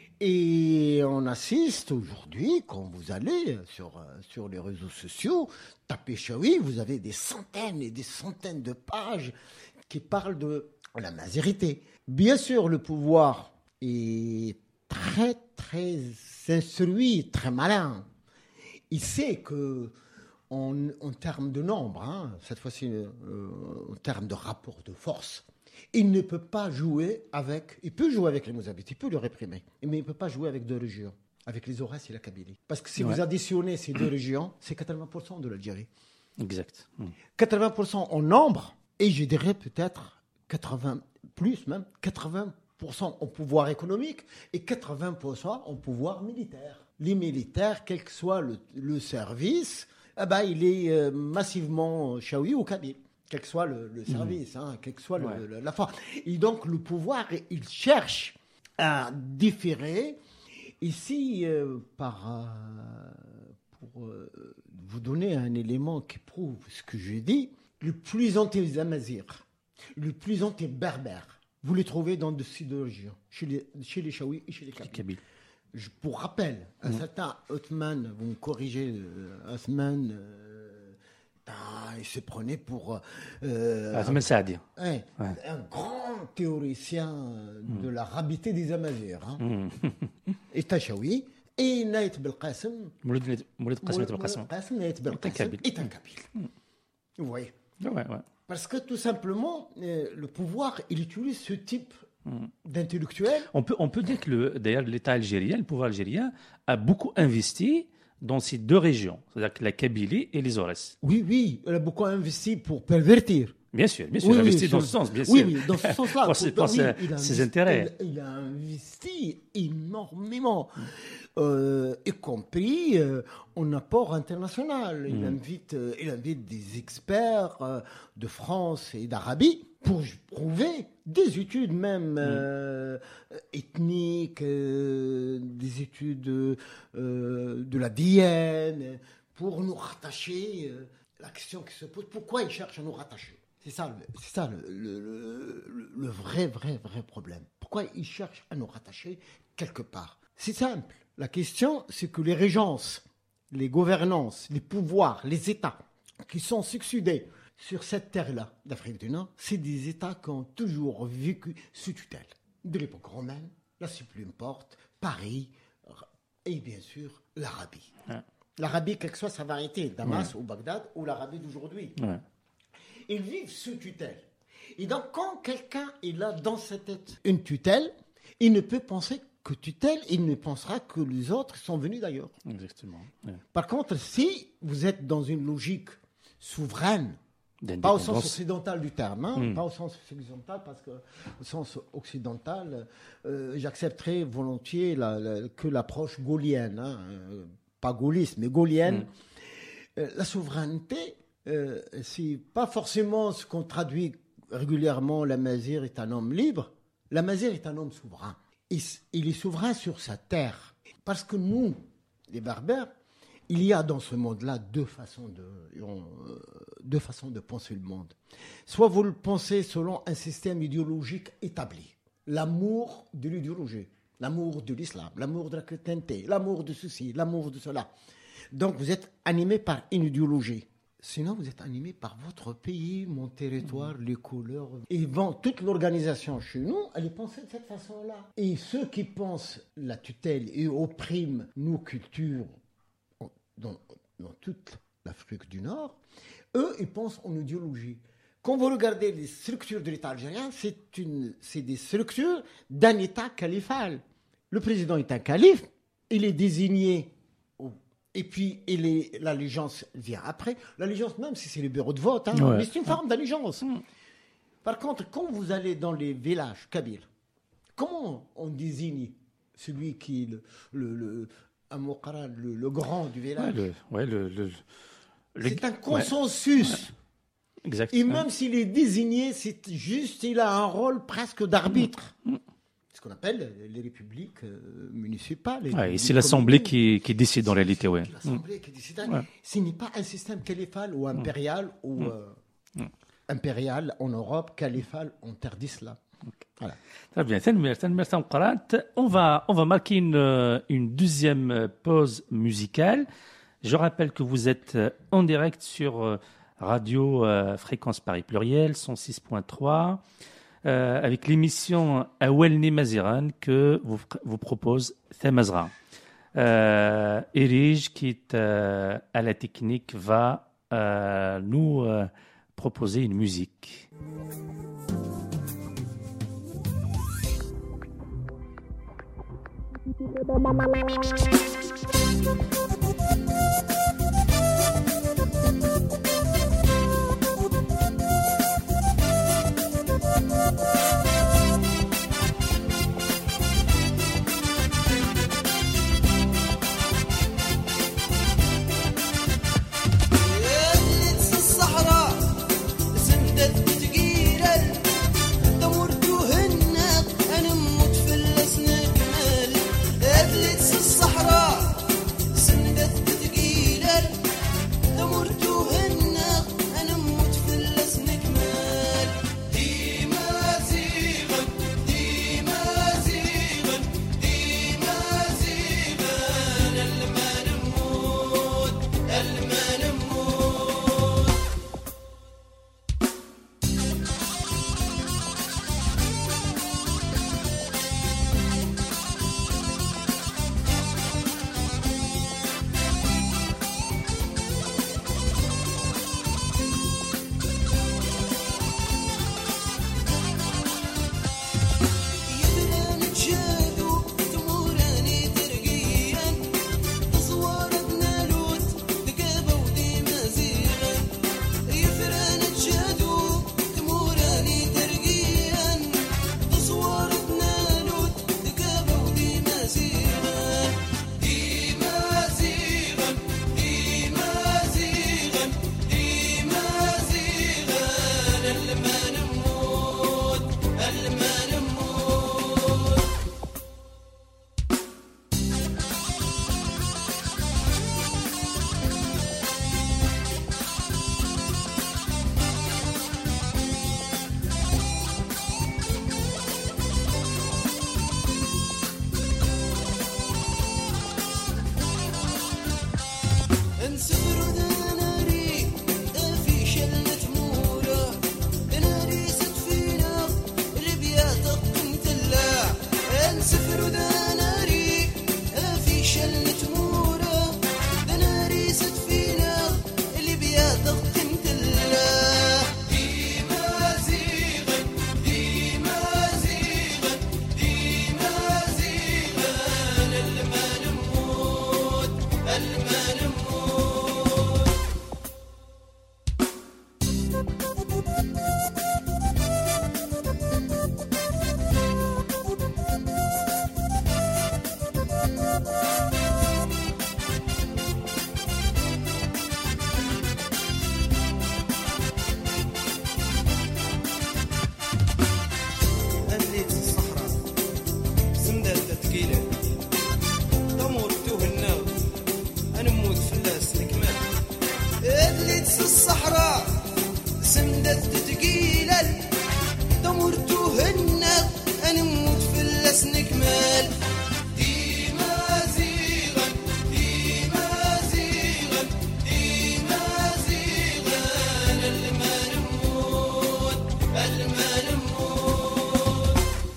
Speaker 2: Et on assiste aujourd'hui, quand vous allez sur, sur les réseaux sociaux, tapez Chaoui, vous avez des centaines et des centaines de pages qui parlent de la mazérité. Bien sûr, le pouvoir est très, très instruit, très malin. Il sait que En, en termes de nombre, hein, cette fois-ci euh, en termes de rapport de force, il ne peut pas jouer avec, il peut jouer avec les Mozabites, il peut le réprimer, mais il ne peut pas jouer avec deux régions, avec les Aurès et la Kabylie. Parce que si ouais. vous additionnez ces deux régions, c'est quatre-vingts pour cent de l'Algérie.
Speaker 1: Exact. Mmh.
Speaker 2: quatre-vingts pour cent en nombre, et je dirais peut-être quatre-vingts, plus même, quatre-vingts pour cent en pouvoir économique et quatre-vingts pour cent en pouvoir militaire. Les militaires, quel que soit le, le service, ah bah, il est euh, massivement Chaoui ou Kabyle, quel que soit le, le service, mmh. hein, quel que soit ouais. le, le, la force. Et donc, le pouvoir, il cherche à différer. Ici, euh, par, euh, pour euh, vous donner un élément qui prouve ce que je dis, le plus anti-amazigh, le plus anti-berbère, vous le trouvez dans de ces deux régions, chez les, chez les Chaouis et chez les Kabyles. Je, pour rappel, un mmh. certain Othman, vous me corrigez, euh, Othman, euh, ah, il se prenait pour euh,
Speaker 1: Othman Saadi.
Speaker 2: Un, ouais. un grand théoricien mmh. de l'arabité des Amazirs. Hein. Mmh. Et Tachaoui, et Naït Belkacem.
Speaker 1: Moulid Qasim
Speaker 2: Naït Belkacem est un Kabyle. Mmh. Vous voyez
Speaker 1: ouais, ouais.
Speaker 2: Parce que tout simplement, euh, le pouvoir, il utilise ce type d'intellectuels.
Speaker 1: On peut, on peut dire que le, d'ailleurs l'État algérien, le pouvoir algérien, a beaucoup investi dans ces deux régions, c'est-à-dire que la Kabylie et les Aurès.
Speaker 2: Oui, oui, il a beaucoup investi pour pervertir.
Speaker 1: Bien sûr, bien sûr, oui, il a investi oui, dans ce sens, bien sûr.
Speaker 2: Oui, oui, dans ce sens-là.
Speaker 1: pour ses, pour oui, ses,
Speaker 2: il
Speaker 1: ses intérêts.
Speaker 2: Il, il a investi énormément, mm. euh, y compris euh, en apport international. Il, mm. invite, euh, il invite des experts euh, de France et d'Arabie pour prouver des études même euh, mm. ethniques, euh, des études euh, de la Vienne, pour nous rattacher... Euh, la question qui se pose, pourquoi ils cherchent à nous rattacher? C'est ça, le, c'est ça le, le, le, le vrai, vrai, vrai problème. Pourquoi ils cherchent à nous rattacher quelque part? C'est simple. La question, c'est que les régences, les gouvernances, les pouvoirs, les États qui sont succédés sur cette terre-là d'Afrique du Nord, c'est des États qui ont toujours vécu sous tutelle. De l'époque romaine, la Suprême Porte, Paris et bien sûr l'Arabie. Ouais. L'Arabie, quelle que soit sa variété, Damas ouais. ou Bagdad, ou l'Arabie d'aujourd'hui. Ouais. Ils vivent sous tutelle. Et donc, quand quelqu'un est là dans sa tête une tutelle, il ne peut penser que tutelle, il ne pensera que les autres sont venus d'ailleurs.
Speaker 1: Exactement. Ouais.
Speaker 2: Par contre, si vous êtes dans une logique souveraine, pas au sens occidental du terme, hein, mmh. pas au sens occidental, parce que au sens occidental, euh, j'accepterais volontiers la, la, que l'approche gaullienne, hein, euh, pas gaulliste, mais gaulienne. Mmh. Euh, la souveraineté, euh, c'est pas forcément ce qu'on traduit régulièrement, la Mazir est un homme libre. La Mazir est un homme souverain. Il, il est souverain sur sa terre. Parce que nous, les Berbères, il y a dans ce monde-là deux façons de, euh, deux façons de penser le monde. Soit vous le pensez selon un système idéologique établi. L'amour de l'idéologie, l'amour de l'islam, l'amour de la chrétienté, l'amour de ceci, l'amour de cela. Donc vous êtes animé par une idéologie. Sinon, vous êtes animé par votre pays, mon territoire, mmh. les couleurs. Et bon, toute l'organisation chez nous, elle est pensée de cette façon-là. Et ceux qui pensent la tutelle et oppriment nos cultures dans, dans toute l'Afrique du Nord, eux, ils pensent en idéologie. Quand vous regardez les structures de l'État algérien, c'est, une, c'est des structures d'un État califal. Le président est un calife, il est désigné au Et puis, et les, l'allégeance vient après. L'allégeance, même si c'est le bureau de vote, hein, ouais. mais c'est une forme d'allégeance. Mmh. Par contre, quand vous allez dans les villages kabyles, comment on désigne celui qui est le, le, le, le, le grand du village?
Speaker 1: ouais, le, ouais, le, le, le,
Speaker 2: C'est un consensus. Ouais.
Speaker 1: Exactement.
Speaker 2: Et même s'il est désigné, c'est juste, il a un rôle presque d'arbitre. Mmh. Ce qu'on appelle les républiques euh, municipales. Les
Speaker 1: ouais,
Speaker 2: républiques
Speaker 1: et c'est l'Assemblée qui, qui décide en réalité. Ouais.
Speaker 2: C'est l'Assemblée mmh. qui décide.
Speaker 1: Ouais.
Speaker 2: Ce n'est pas un système califal ou impérial mmh. ou euh, mmh. impérial en Europe, califal en terre d'islam.
Speaker 1: Okay. Voilà. Très bien. On va, on va marquer une, une deuxième pause musicale. Je rappelle que vous êtes en direct sur Radio euh, Fréquence Paris Pluriel, cent six point trois. Euh, avec l'émission Awelni Maziran que vous, vous propose Thamazra. Euh, Erige, qui est euh, à la technique, va euh, nous euh, proposer une musique.
Speaker 3: الصحراء سندت بتقيل نسفروا دناري في شلة مورا دناري ست فينا ربيا دقن تلا نسفروا دناري في شلة مورا دناري ست فينا ربيا دقن تلا ديما زيغا ديما زيغا ديما زيغا المال نموت المال نموت أنيت الصحراء سندات تثقيلة تموت توهنا أنموت فلاس نكمل أنيت الصحراء سندات تثقيلة تموت توهنا أنموت فلاس نكمل ديما زيغا ديما زيغا ديما زيغا المال نموت المال نموت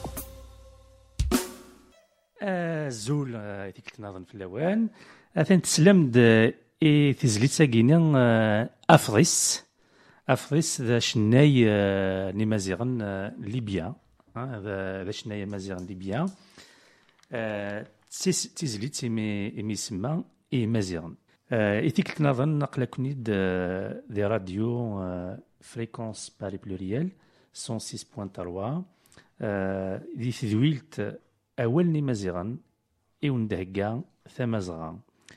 Speaker 1: الزول هذيك تناظن في اللوان اثن تسلمد اي تزليت ساكيني افريس افريس ذا شناي آه، نمازيغن آه، ليبيا آه، ذا ذا شناي مازيغن ليبيا آه، تسيس- تزليت سيمي إمي يسمى اي مازيغن آه، ايتيك تناظن نقلا كنيد آه، ذي راديو آه، فريكونس باري بلوريال مية وستة فاصلة ثلاثة ذي تذويلت أول نمازيغن إون دهقا ثمازغا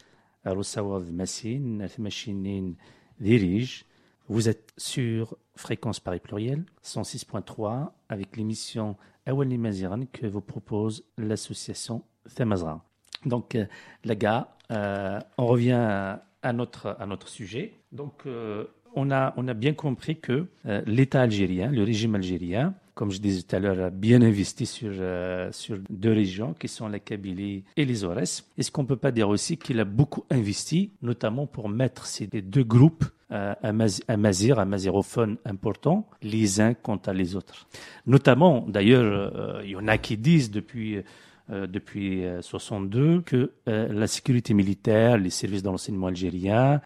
Speaker 1: روساوض ماسين ثماشينين ديريج. Vous êtes sur Fréquence Paris Pluriel cent six point trois avec l'émission Awal Nimaziran que vous propose l'association Thamazra. Donc, euh, les gars, euh, on revient à, à notre, à notre sujet. Donc, euh, on, a, on a bien compris que euh, l'État algérien, le régime algérien, comme je disais tout à l'heure, a bien investi sur, euh, sur deux régions qui sont la Kabylie et les Aurès. Est-ce qu'on ne peut pas dire aussi qu'il a beaucoup investi, notamment pour mettre ces deux groupes euh, amazir, amazérophones importants, les uns contre les autres. Notamment, d'ailleurs, euh, il y en a qui disent depuis... Euh, depuis euh, soixante-deux que euh, la sécurité militaire, les services de l'enseignement algérien,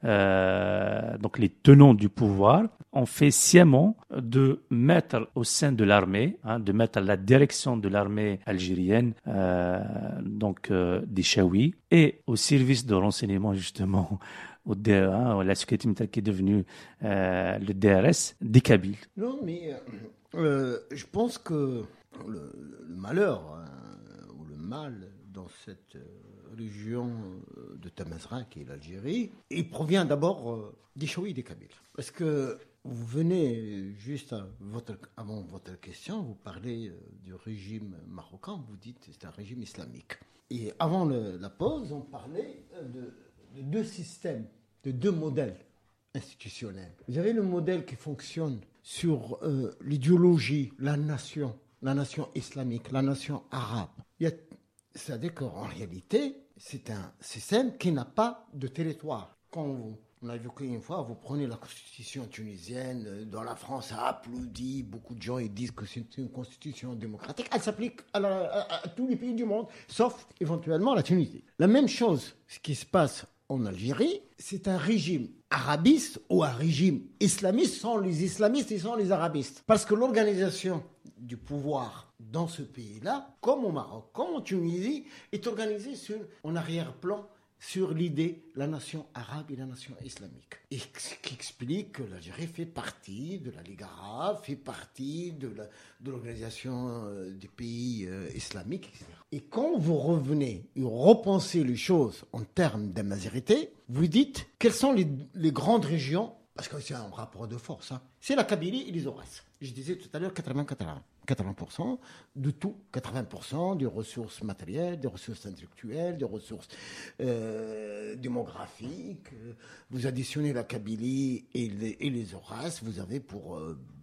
Speaker 1: euh, donc les tenants du pouvoir, ont fait sciemment de mettre au sein de l'armée, hein, de mettre à la direction de l'armée algérienne, euh, donc euh, des Chaouis, et au service de renseignement justement, au D R, hein, la sécurité militaire qui est devenue euh, le D R S, des Kabyles.
Speaker 2: Non, mais euh, je pense que le, le malheur hein, ou le mal dans cette euh, région euh, de Thamazra, qui est l'Algérie, il provient d'abord euh, des Chaouis et des Kabyles. Parce que vous venez juste à votre, avant votre question, vous parlez euh, du régime marocain, vous dites que c'est un régime islamique. Et avant le, la pause, on parlait de, de deux systèmes, de deux modèles institutionnels. Vous avez le modèle qui fonctionne sur euh, l'idéologie, la nation, la nation islamique, la nation arabe. Il y a, c'est-à-dire qu'en réalité, c'est un système qui n'a pas de territoire. Quand vous, on a évoqué une fois, vous prenez la constitution tunisienne, dans la France a applaudi, beaucoup de gens ils disent que c'est une constitution démocratique, elle s'applique à, la, à, à tous les pays du monde, sauf éventuellement la Tunisie. La même chose, ce qui se passe en Algérie, c'est un régime arabiste ou un régime islamiste sans les islamistes et sans les arabistes. Parce que l'organisation du pouvoir dans ce pays-là, comme au Maroc, comme en Tunisie, est organisée sur, en arrière-plan sur l'idée la nation arabe et la nation islamique. Et ce qui explique que l'Algérie fait partie de la Ligue arabe, fait partie de, la, de l'organisation euh, des pays euh, islamiques, et cetera. Et quand vous revenez et repensez les choses en termes d'amazérité, vous dites quelles sont les, les grandes régions, parce que c'est un rapport de force, hein. C'est la Kabylie et les Aurès. Je disais tout à l'heure quatre-vingts pour cent de tout, quatre-vingts pour cent des ressources matérielles, des ressources intellectuelles, des ressources euh, démographiques. Vous additionnez la Kabylie et les, et les Aurès, vous avez pour euh,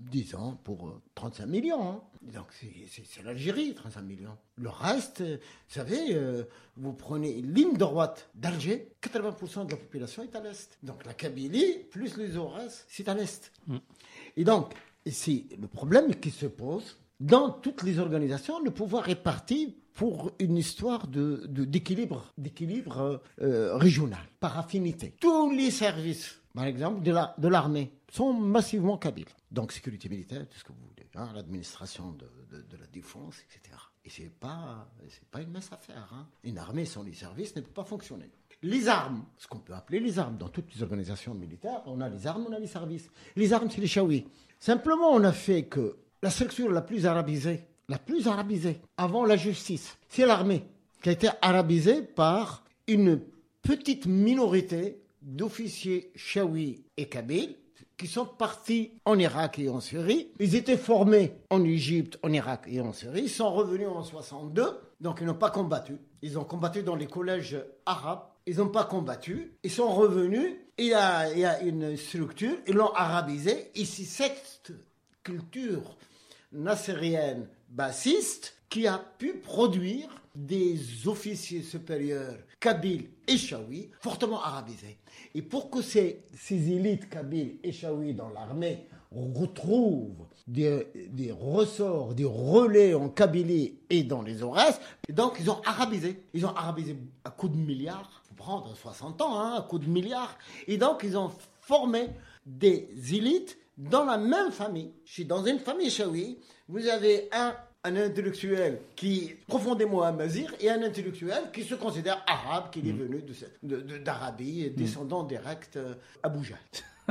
Speaker 2: disons, pour euh, trente-cinq millions. Hein. Donc, c'est, c'est, c'est l'Algérie, trente-cinq millions. Le reste, euh, vous savez, euh, vous prenez une ligne droite d'Alger, quatre-vingts pour cent de la population est à l'est. Donc, la Kabylie, plus les Aurès, c'est à l'est. Mm. Et donc, c'est le problème qui se pose. Dans toutes les organisations, le pouvoir est parti pour une histoire de, de, d'équilibre, d'équilibre euh, régional, par affinité. Tous les services, par exemple, de, la, de l'armée, sont massivement kabyles. Donc, sécurité militaire, tout ce que vous voulez, hein, l'administration de, de, de la défense, et cetera. Et ce n'est pas, c'est pas une mince affaire. Hein. Une armée sans les services ne peut pas fonctionner. Les armes, ce qu'on peut appeler les armes, dans toutes les organisations militaires, on a les armes, on a les services. Les armes, c'est les chaouis. Simplement, on a fait que la structure la plus arabisée, la plus arabisée, avant la justice, c'est l'armée, qui a été arabisée par une petite minorité d'officiers chaouis et kabyles qui sont partis en Irak et en Syrie. Ils étaient formés en Égypte, en Irak et en Syrie. Ils sont revenus en soixante-deux, donc ils n'ont pas combattu. Ils ont combattu dans les collèges arabes. Ils n'ont pas combattu. Ils sont revenus. Il y a, il y a une structure. Ils l'ont arabisée. Ici, cette culture nassérienne bassiste qui a pu produire des officiers supérieurs kabyles et chaouis fortement arabisés. Et pour que ces, ces élites kabyles et chaouis dans l'armée retrouvent des, des ressorts, des relais en Kabylie et dans les Aurès, donc ils ont arabisé. Ils ont arabisé à coups de milliards, il faut prendre soixante ans, hein, à coups de milliards. Et donc ils ont formé des élites dans la même famille. Je suis dans une famille chaoui, vous avez un, un intellectuel qui est profondément amazir et un intellectuel qui se considère arabe, qui est venu de, de, de, d'Arabie, et descendant direct euh, Abou Jahl.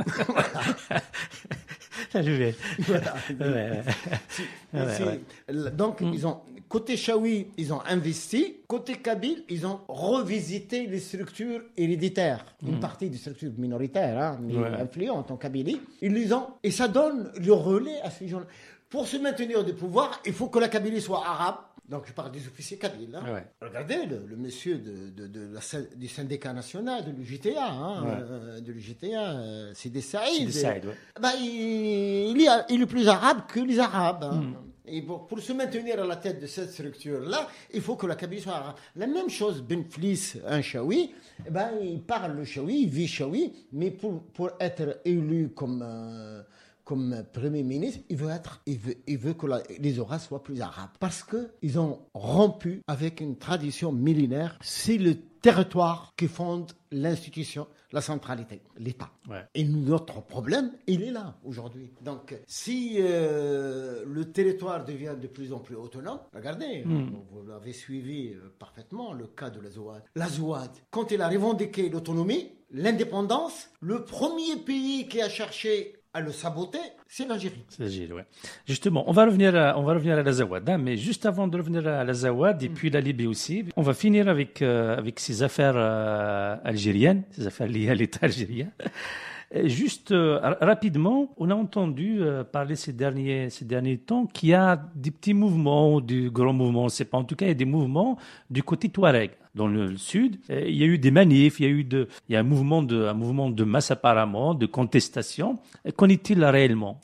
Speaker 1: Ça, je vais.
Speaker 2: Voilà.
Speaker 1: Ouais,
Speaker 2: C'est-
Speaker 1: ouais,
Speaker 2: c'est-
Speaker 1: ouais.
Speaker 2: Donc, ils ont, côté chaoui, ils ont investi. Côté kabyle, ils ont revisité les structures héréditaires. Une partie des structures minoritaires, hein, mais
Speaker 1: Ouais.
Speaker 2: influentes en Kabylie. Ils les ont, et ça donne le relais à ces gens-là. Pour se maintenir au pouvoir, il faut que la Kabylie soit arabe. Donc, je parle des officiers kabyles. Hein.
Speaker 1: Ouais.
Speaker 2: Regardez le, le monsieur de, de, de la, sy- du syndicat national, de l'U J T A, hein,
Speaker 1: Ouais.
Speaker 2: euh, de l'U J T A, euh, Sidi Saïd.
Speaker 1: Sidi Saïd, ouais.
Speaker 2: Bah, il, il, est, il est plus arabe que les Arabes. Hein. Et pour, pour se maintenir à la tête de cette structure-là, il faut que la Kabylie soit arabe. La même chose, Ben Flis, un chaoui, eh ben, il parle le chaoui, il vit chaoui, mais pour, pour être élu comme, euh, comme Premier ministre, il veut, être, il veut, il veut que la- les Aurès soient plus arabes. Parce qu'ils ont rompu avec une tradition millénaire. C'est le territoire qui fonde l'institution, la centralité, l'État.
Speaker 1: Ouais.
Speaker 2: Et notre problème, il est là aujourd'hui. Donc, si euh, le territoire devient de plus en plus autonome, regardez, vous, vous l'avez suivi euh, parfaitement, le cas de l'Azouad. L'Azouad, quand il a revendiqué l'autonomie, l'indépendance, le premier pays qui a cherché à le saboter, c'est l'Algérie.
Speaker 1: C'est Gilles, ouais. Justement, on va revenir à, on va revenir à l'Azawad, hein, mais juste avant de revenir à l'Azawad et puis la Libye aussi, on va finir avec, euh, avec ces affaires euh, algériennes, ces affaires liées à l'État algérien. Euh, Juste euh, ra- rapidement, on a entendu euh, parler ces derniers, ces derniers temps qu'il y a des petits mouvements, des grands mouvements, on ne sait pas. En tout cas, il y a des mouvements du côté Touareg. Dans le sud, Euh, il y a eu des manifs, il y a eu de, il y a un mouvement de, un mouvement de masse apparemment, de contestation. Euh, Qu'en est-il réellement?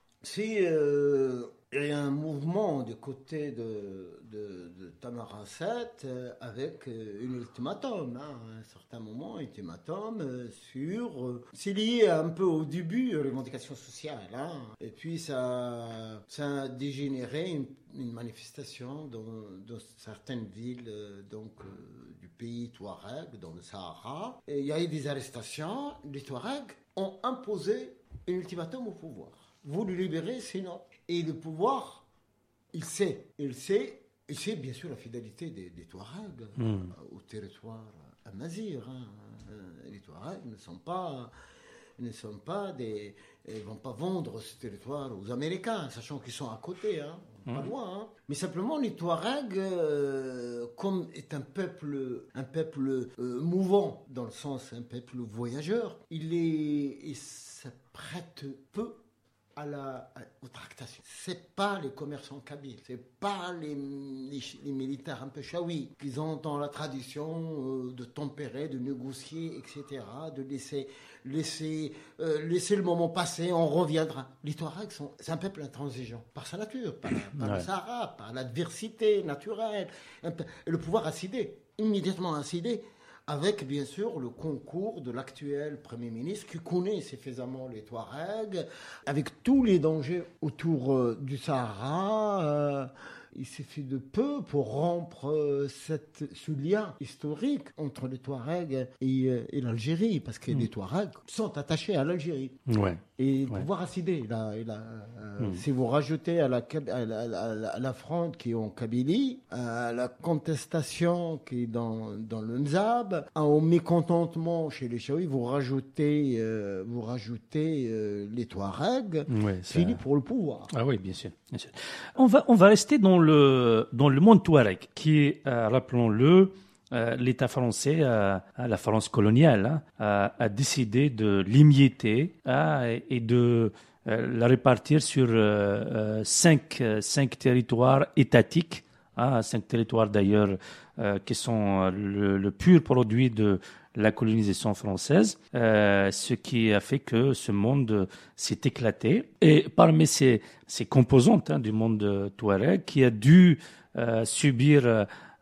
Speaker 2: Si euh, il y a un mouvement du côté de, de, de Tamarasset euh, avec euh, un ultimatum, hein, à un certain moment, ultimatum euh, sur... euh, c'est lié un peu au début aux revendications sociales, hein, et puis ça, ça a dégénéré une, une manifestation dans, dans certaines villes euh, donc, euh, du pays Touareg, dans le Sahara. Et il y a eu des arrestations, les Touaregs ont imposé un ultimatum au pouvoir. Vous le libérez, sinon. Et le pouvoir, il sait. Il sait, il sait bien sûr la fidélité des, des Touaregs
Speaker 1: Mm.
Speaker 2: euh, au territoire amazir. Hein. Euh, Les Touaregs ne sont pas, ne sont pas des, ils vont pas vendre ce territoire aux Américains, sachant qu'ils sont à côté, hein, pas loin. Hein. Mais simplement, les Touaregs, euh, comme est un peuple, un peuple euh, mouvant, dans le sens un peuple voyageur, il est, il s'apprête peu à la, à, aux tractations. C'est pas les commerçants kabyles, c'est pas les, les, les militaires un peu chaouis qui ont dans la tradition euh, de tempérer, de négocier, et cetera, de laisser, laisser, euh, laisser le moment passer, on reviendra. Les Touaregs sont, c'est un peuple intransigeant par sa nature, par, la, par ouais. le Sahara, par l'adversité naturelle. Peu, et le pouvoir a cédé, immédiatement a cédé. Avec, bien sûr, le concours de l'actuel Premier ministre qui connaît suffisamment les Touaregs, avec tous les dangers autour euh, du Sahara. Euh, il suffit de peu pour rompre euh, cette, ce lien historique entre les Touaregs et, euh, et l'Algérie, parce que mmh. les Touaregs sont attachés à l'Algérie.
Speaker 1: Ouais.
Speaker 2: Et le
Speaker 1: ouais.
Speaker 2: pouvoir a cédé. Là, et là, euh, mmh. Si vous rajoutez à la, à la, à la, à la fronde qui est en Kabylie, à la contestation qui est dans, dans le Nzab, au mécontentement chez les Chaouis, vous rajoutez, euh, vous rajoutez euh, les Touaregs,
Speaker 1: ouais, ça...
Speaker 2: fini pour le pouvoir.
Speaker 1: Ah oui, bien sûr, bien sûr. On va, on va rester dans le, dans le monde Touareg, qui est, euh, rappelons-le, Euh, l'État français, euh, la France coloniale, hein, a, a décidé de l'imiter hein, et de euh, la répartir sur euh, euh, cinq, cinq territoires étatiques, hein, cinq territoires d'ailleurs euh, qui sont le, le pur produit de la colonisation française, euh, ce qui a fait que ce monde s'est éclaté. Et parmi ces, ces composantes hein, du monde touareg, qui a dû euh, subir euh,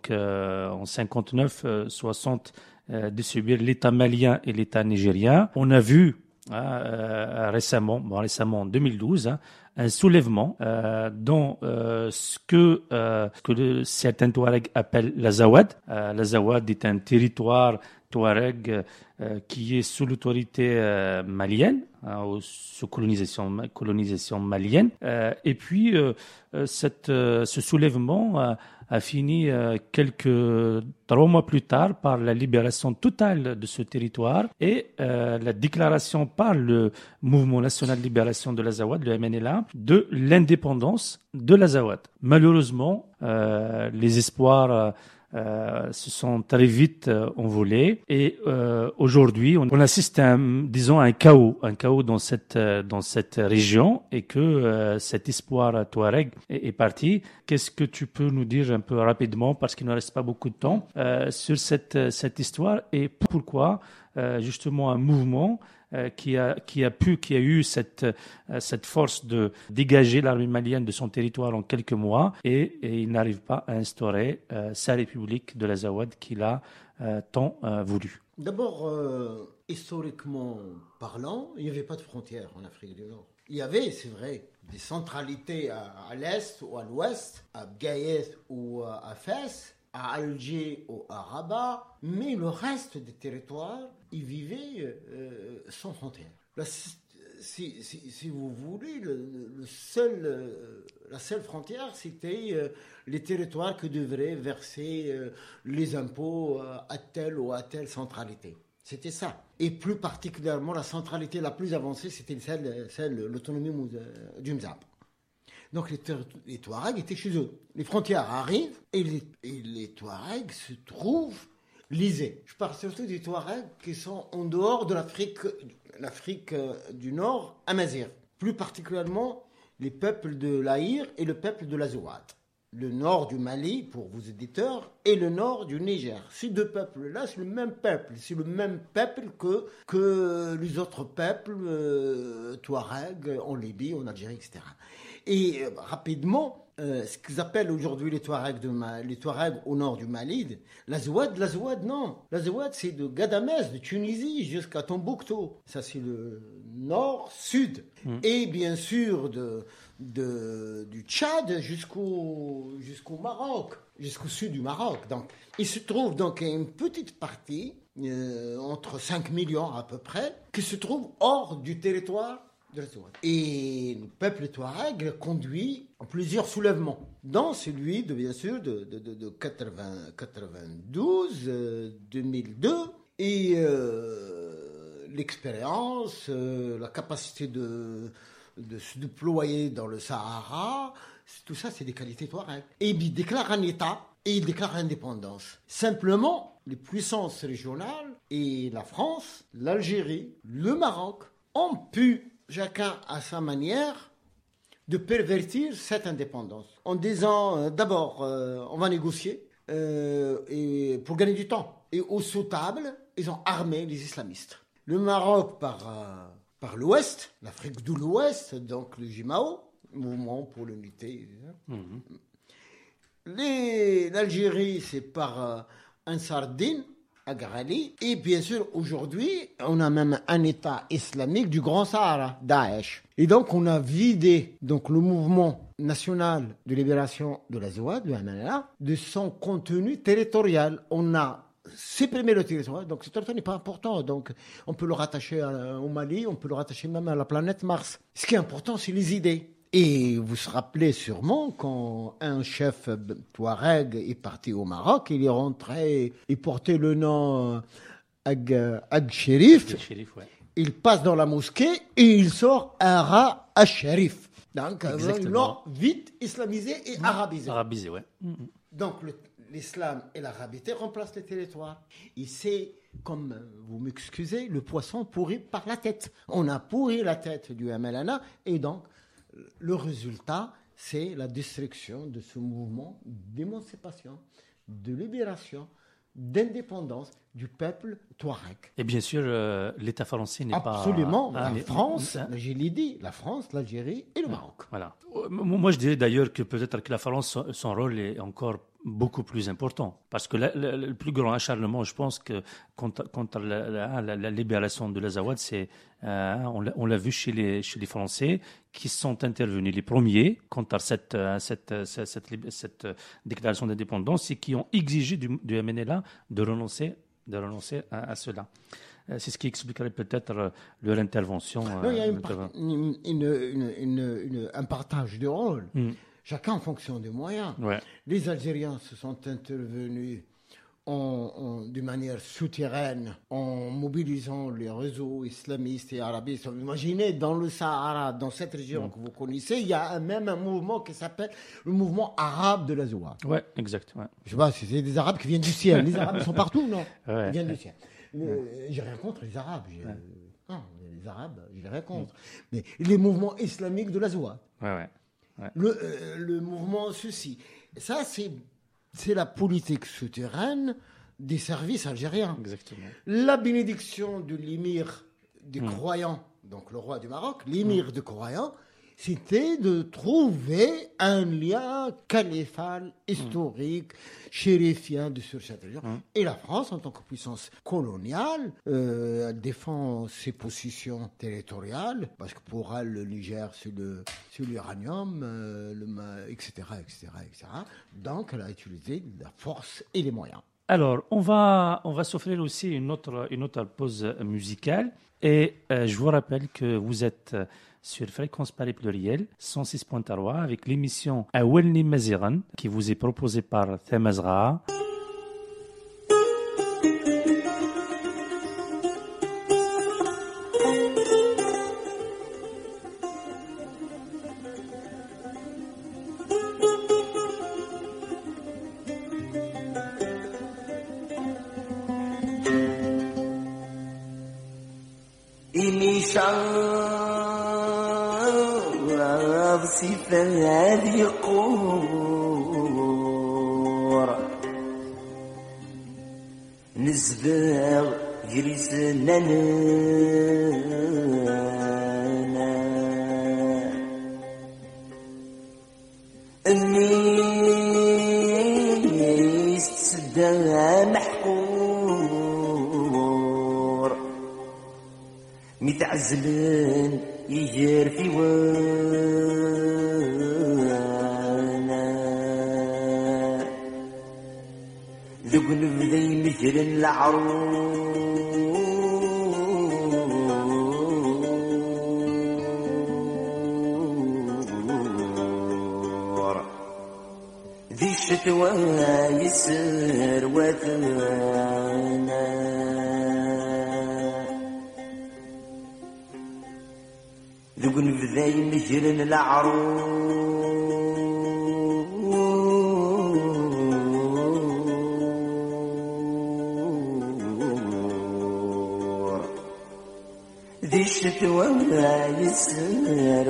Speaker 1: en cinquante-neuf soixante euh, de subir l'État malien et l'État nigérien. On a vu hein, euh, récemment, bon, récemment en deux mille douze, hein, un soulèvement euh, dans euh, ce que, euh, que de, certains Touaregs appellent l'Azawad. Euh, L'Azawad est un territoire Touareg euh, qui est sous l'autorité euh, malienne, hein, sous colonisation, colonisation malienne. Euh, et puis, euh, cette, euh, ce soulèvement euh, a fini euh, quelques trois mois plus tard par la libération totale de ce territoire et euh, la déclaration par le Mouvement national de libération de l'Azawad, le M N L A, de l'indépendance de l'Azawad. Malheureusement, euh, les espoirs euh, Euh, se sont très vite euh, envolés et euh, aujourd'hui on, on assiste à un, disons à un chaos, un chaos dans cette euh, dans cette région et que euh, cet espoir touareg est, est parti. Qu'est-ce que tu peux nous dire un peu rapidement parce qu'il ne reste pas beaucoup de temps euh, sur cette cette histoire et pourquoi euh, justement un mouvement euh, qui a qui a pu qui a eu cette euh, cette force de dégager l'armée malienne de son territoire en quelques mois et, et il n'arrive pas à instaurer euh, sa république de l'Azawad qu'il a euh, tant euh, voulu.
Speaker 2: D'abord, euh, historiquement parlant, il n'y avait pas de frontières en Afrique du Nord. Il y avait, c'est vrai, des centralités à, à l'est ou à l'ouest, à Gaïès ou à, à Fès, à Alger ou à Rabat, mais le reste des territoires, ils vivaient euh, sans frontières. La, si, si, si vous voulez, le, le seul, euh, la seule frontière, c'était euh, les territoires que devraient verser euh, les impôts euh, à telle ou à telle centralité. C'était ça. Et plus particulièrement, la centralité la plus avancée, c'était celle, celle l'autonomie du Mzab. Donc les, les Touaregs étaient chez eux. Les frontières arrivent et les, et les Touaregs se trouvent lisés. Je parle surtout des Touaregs qui sont en dehors de l'Afrique, l'Afrique du Nord, amazigh. Plus particulièrement les peuples de l'Aïr et le peuple de l'Azawad. Le nord du Mali, pour vos éditeurs, et le nord du Niger. Ces deux peuples-là, c'est le même peuple. C'est le même peuple que, que les autres peuples euh, Touaregs en Libye, en Algérie, et cetera. Et euh, rapidement, euh, ce qu'ils appellent aujourd'hui les Touaregs, de Ma- les Touaregs au nord du Mali, l'Azawad, l'Azawad, non. L'Azawad, c'est de Gadamès, de Tunisie, jusqu'à Tombouctou. Ça, c'est le nord-sud. Mmh. Et bien sûr, de... De, du Tchad jusqu'au, jusqu'au Maroc, jusqu'au sud du Maroc. Donc, il se trouve donc une petite partie, euh, entre cinq millions à peu près, qui se trouve hors du territoire de la Touareg. Et le peuple touareg conduit en plusieurs soulèvements, dont celui, de, bien sûr, de, de, de, de quatre-vingts, quatre-vingt-douze, euh, deux mille deux, et euh, l'expérience, euh, la capacité de... de se déployer dans le Sahara, tout ça, c'est des qualités touareg. Et il déclare un État et il déclare l'indépendance. Simplement, les puissances régionales et la France, l'Algérie, le Maroc ont pu chacun a sa manière de pervertir cette indépendance en disant euh, d'abord euh, on va négocier euh, et pour gagner du temps. Et au sous-table, ils ont armé les islamistes. Le Maroc par, euh, par l'Ouest, l'Afrique de l'Ouest, donc le J M A O, Mouvement pour l'unité. Mmh. Les, L'Algérie, c'est par euh, Ansar Din, Agrali. Et bien sûr, aujourd'hui, on a même un État islamique du Grand Sahara, Daesh. Et donc, on a vidé donc, le mouvement national de libération de l'Azawad, le M N L A, de son contenu territorial. On a supprimé le territoire, donc ce territoire n'est pas important. Donc, on peut le rattacher à, au Mali, on peut le rattacher même à la planète Mars. Ce qui est important, c'est les idées. Et vous vous rappelez sûrement quand un chef Touareg est parti au Maroc, il est rentré, il portait le nom Ag, Ag Sherif.
Speaker 1: Ouais.
Speaker 2: Il passe dans la mosquée et il sort Ara Al-Sharif. Donc, ils l'ont vite islamisé et arabisé.
Speaker 1: Arabisé, ouais.
Speaker 2: Donc, le, l'islam et l'arabité remplacent les territoires. Et c'est, comme vous m'excusez, le poisson pourri par la tête. On a pourri la tête du M L N A et donc, le résultat, c'est la destruction de ce mouvement d'émancipation, de libération, d'indépendance du peuple touareg.
Speaker 1: Et bien sûr, euh, l'État français n'est pas...
Speaker 2: Absolument.
Speaker 1: Ah,
Speaker 2: la
Speaker 1: mais,
Speaker 2: France,
Speaker 1: mais,
Speaker 2: je l'ai dit, la France, l'Algérie et le Maroc.
Speaker 1: Voilà. Moi, je dirais d'ailleurs que peut-être que la France, son, son rôle est encore beaucoup plus important. Parce que la, la, le plus grand acharnement, je pense, que contre, contre la, la, la, la libération de l'Azawad, c'est, euh, on, l'a, on l'a vu chez les, chez les Français qui sont intervenus les premiers contre cette, cette, cette, cette, cette déclaration d'indépendance et qui ont exigé du, du M N L A de renoncer, de renoncer à, à cela. C'est ce qui expliquerait peut-être leur intervention.
Speaker 2: Non, il y a une, une, une, une, une, un partage de rôle. Mm. Chacun en fonction des moyens.
Speaker 1: Ouais.
Speaker 2: Les Algériens se sont intervenus en, en, de manière souterraine en mobilisant les réseaux islamistes et arabistes. Imaginez, dans le Sahara, dans cette région mmh. que vous connaissez, il y a même un mouvement qui s'appelle le mouvement arabe de l'Azawad.
Speaker 1: Oui, exact. Ouais.
Speaker 2: Je sais pas, c'est des Arabes qui viennent du ciel. Les Arabes, ils sont partout, non
Speaker 1: ouais.
Speaker 2: Ils viennent du ciel. Le, j'ai rien contre les Arabes. J'ai, ouais. Non, les Arabes, j'ai rien contre. Mmh. Mais les mouvements islamiques de l'Azawad.
Speaker 1: Ouais, ouais. Ouais.
Speaker 2: Le, euh, le mouvement ceci. Ça, c'est, c'est la politique souterraine des services algériens.
Speaker 1: Exactement.
Speaker 2: La bénédiction de l'émir des mmh. croyants, donc le roi du Maroc, l'émir mmh. des croyants, c'était de trouver un lien califal, historique, mmh. chérifien de sur cette région. Mmh. Et la France, en tant que puissance coloniale, euh, elle défend ses positions territoriales, parce que pour elle, le Niger, c'est, le, c'est l'uranium, euh, le, et cetera, et cetera, et cetera. Donc, elle a utilisé la force et les moyens.
Speaker 1: Alors, on va, on va s'offrir aussi une autre, une autre pause musicale. Et euh, je vous rappelle que vous êtes sur Fréquence Paris Pluriel, cent six point trois, avec l'émission Awelni Maziran, qui vous est proposée par Thamazra.
Speaker 4: صفات يقور نزباغ جريسنا أمي تسدى محقور متعزلين يجر في وانا ذقن بذي مثل العرور ذي الشتوى يسر وثانا ذقن بذي مثل العرور ذي الشتوى يسر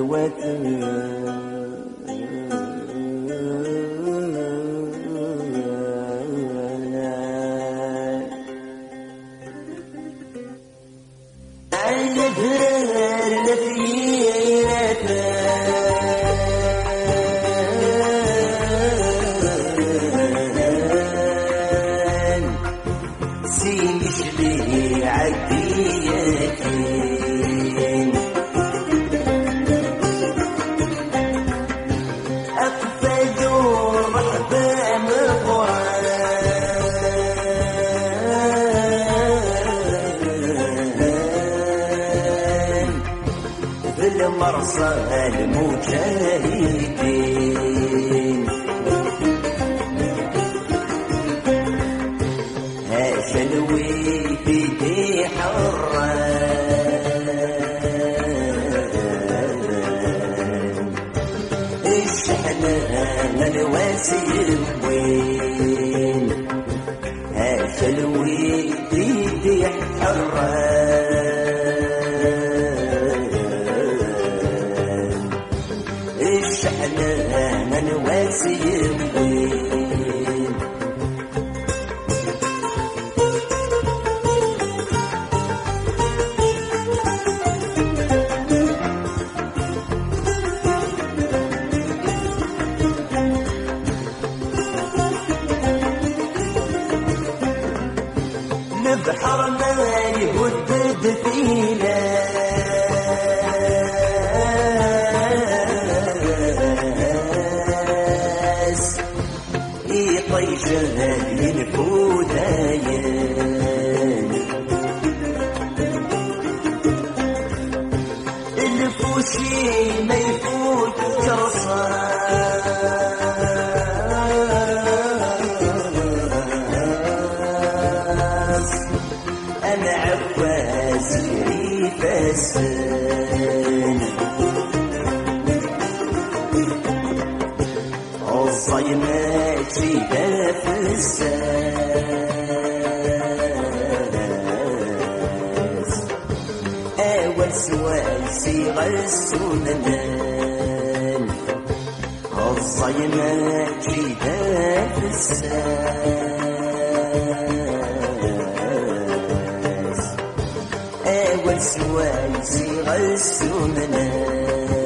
Speaker 4: على برار لفيرتنا سيمش لي عديتين أقفدوا رحبة مقران بالمرصى المجاهدين هاشلوي بيدي حران الشحنة من واسير وين هاشلوي بيدي حران الشحنة من واسير وين بحر ما يهدد فينا ناس يطيش الفودايان الفوشي ما يفوت كرصاص أنا عباس فاسن الصيمات فيها فساس أول سؤال صيغة السنان الصيمات فيها فساس أول سؤال صيغة السنان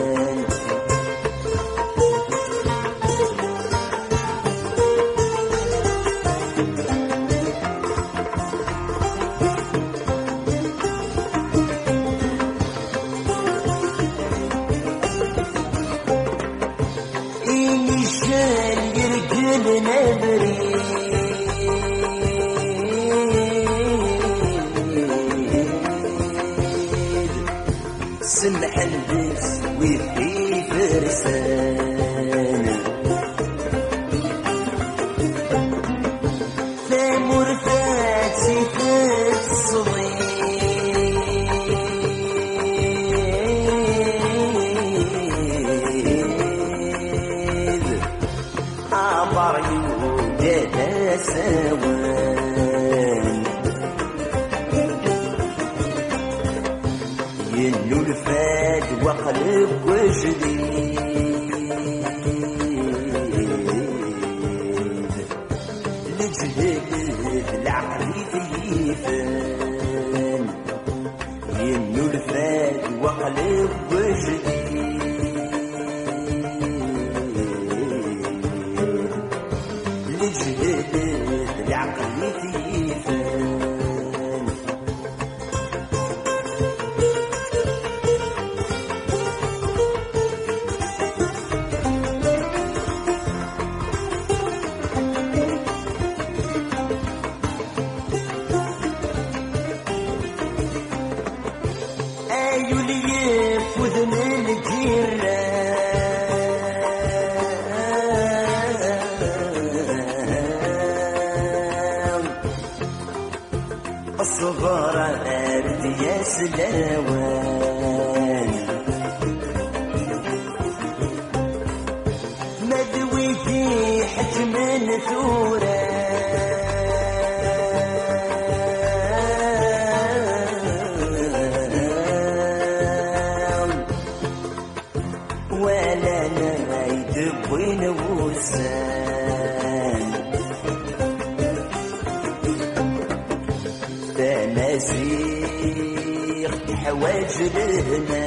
Speaker 4: إنشان يرجل نبري سمح البس وفي فرسان ثامر فاتي فات صغير عبر يوجد سوان ينو الفات وقلب وجديد لجهد العقل فيفان ينو الفات وقلب وجديد لجهد العقل فيفان أيو اللي يفوز من الجيران الصغار أرد يا سلاوان مدويتي حجم ثورة وين وسام تناسيخ حواج لهنا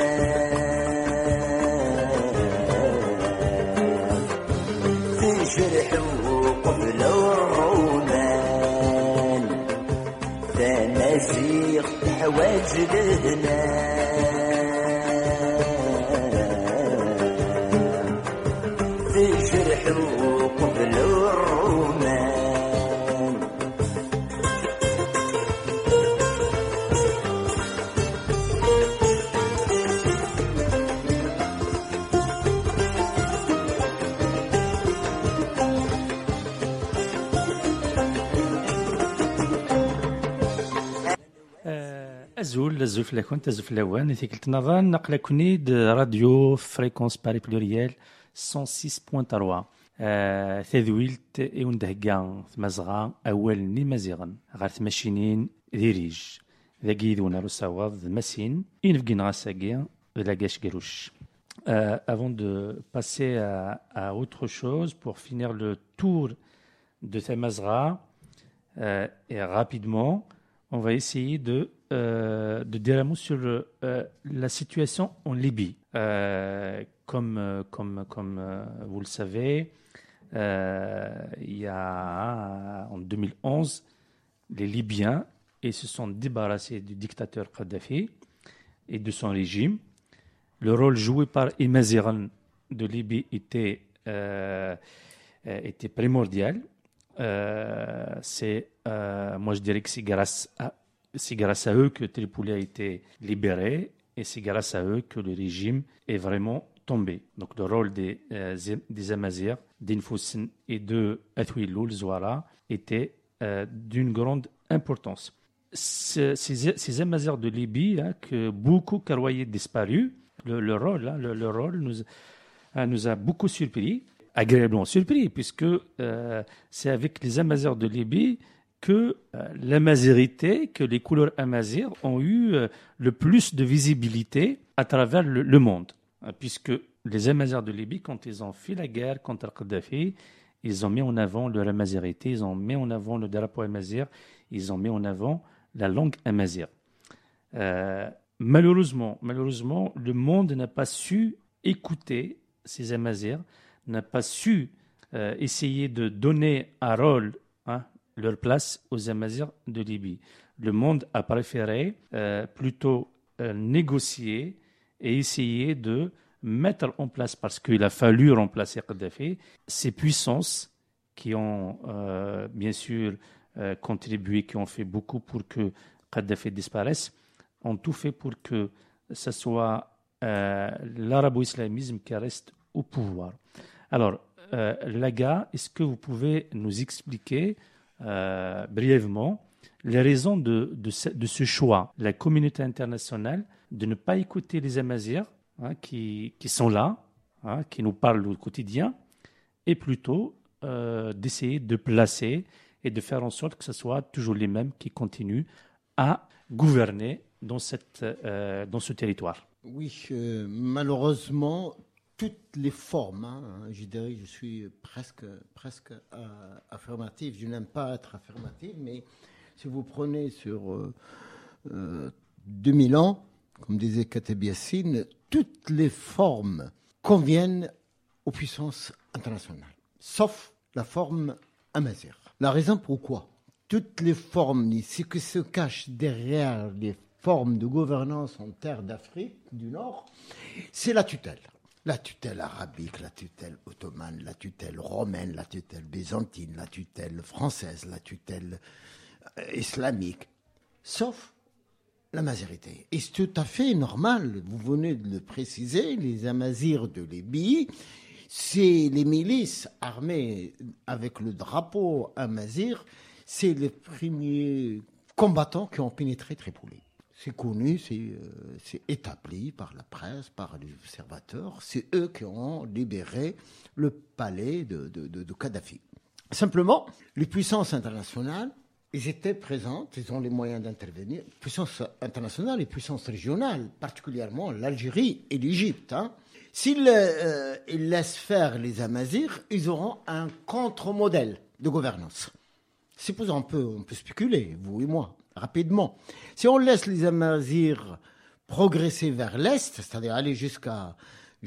Speaker 4: تجرحوا قبل الرومان تناسيخ حواج لهنا تجرحوا قبل الرومان
Speaker 1: Azul, Azul Flakon, Azul Flawan, et Tikelt Navan, Naklakuni de Radio Fréquence Paris Pluriel cent six point trois. تذويلت إون دهقان ثمزغا أول نمازيغن غار ثماشينين ديريج ذاقي ذونا رساواض مسين إن فقين غاساقيا لاقاش قروش. Euh, avant de passer à, à autre chose, pour finir le tour de Thamazra, euh, et rapidement, on va essayer de, euh, de dire un mot sur euh, la situation en Libye. Euh, comme, euh, comme, comme euh, vous le savez, euh, il y a en deux mille onze, les Libyens ils se sont débarrassés du dictateur Kadhafi et de son régime. Le rôle joué par Imaziran de Libye était, euh, était primordial. Euh, c'est, euh, moi je dirais que c'est grâce à, c'est grâce à eux que Tripoli a été libéré et c'est grâce à eux que le régime est vraiment tombé. Donc le rôle des, euh, des Amazirs, d'Infoussen et de Atouilou, le Zouara, était euh, d'une grande importance. Ces, ces, ces Amazirs de Libye, hein, que beaucoup croyaient disparus, le, le rôle, hein, le, le rôle nous, hein, nous a beaucoup surpris, agréablement surpris, puisque euh, c'est avec les Amazirs de Libye que euh, l'amazirité, que les couleurs amazirs ont eu euh, le plus de visibilité à travers le, le monde. Hein, puisque les Amazirs de Libye, quand ils ont fait la guerre contre Kadhafi, ils ont mis en avant leur amazirité, ils ont mis en avant le drapeau amazir, ils ont mis en avant la langue amazir. Euh, malheureusement, malheureusement, le monde n'a pas su écouter ces amazirs, n'a pas su euh, essayer de donner un rôle, hein, leur place aux Amazirs de Libye. Le monde a préféré euh, plutôt euh, négocier et essayer de mettre en place, parce qu'il a fallu remplacer Kadhafi, ces puissances qui ont euh, bien sûr euh, contribué, qui ont fait beaucoup pour que Kadhafi disparaisse, ont tout fait pour que ce soit euh, l'arabo-islamisme qui reste au pouvoir. Alors, euh, Laga, est-ce que vous pouvez nous expliquer Euh, brièvement les raisons de, de, ce, de ce choix, la communauté internationale, de ne pas écouter les Amazirs, hein, qui, qui sont là, hein, qui nous parlent au quotidien, et plutôt euh, d'essayer de placer et de faire en sorte que ce soit toujours les mêmes qui continuent à gouverner dans, cette, euh, dans ce territoire.
Speaker 2: Oui, euh, malheureusement, toutes les formes, hein, je dirais, je suis presque, presque euh, affirmatif, je n'aime pas être affirmatif, mais si vous prenez sur euh, euh, deux mille ans, comme disait Kateb Yassine, toutes les formes conviennent aux puissances internationales, sauf la forme amazigh. La raison pourquoi toutes les formes, ce qui se cache derrière les formes de gouvernance en terre d'Afrique du Nord, c'est la tutelle. La tutelle arabique, la tutelle ottomane, la tutelle romaine, la tutelle byzantine, la tutelle française, la tutelle euh, islamique, sauf la mazirité. Et c'est tout à fait normal, vous venez de le préciser, les Amazirs de Libye, c'est les milices armées avec le drapeau amazir, c'est les premiers combattants qui ont pénétré Tripoli. C'est connu, c'est, euh, c'est établi par la presse, par les observateurs. C'est eux qui ont libéré le palais de, de, de, de Kadhafi. Simplement, les puissances internationales Ils étaient présents, ils ont les moyens d'intervenir, puissance internationale et puissance régionale, particulièrement l'Algérie et l'Égypte. Hein. S'ils euh, ils laissent faire les Amazirs, ils auront un contre-modèle de gouvernance. C'est pour ça qu'on peut, on peut spéculer, vous et moi, rapidement. Si on laisse les Amazirs progresser vers l'Est, c'est-à-dire aller jusqu'à,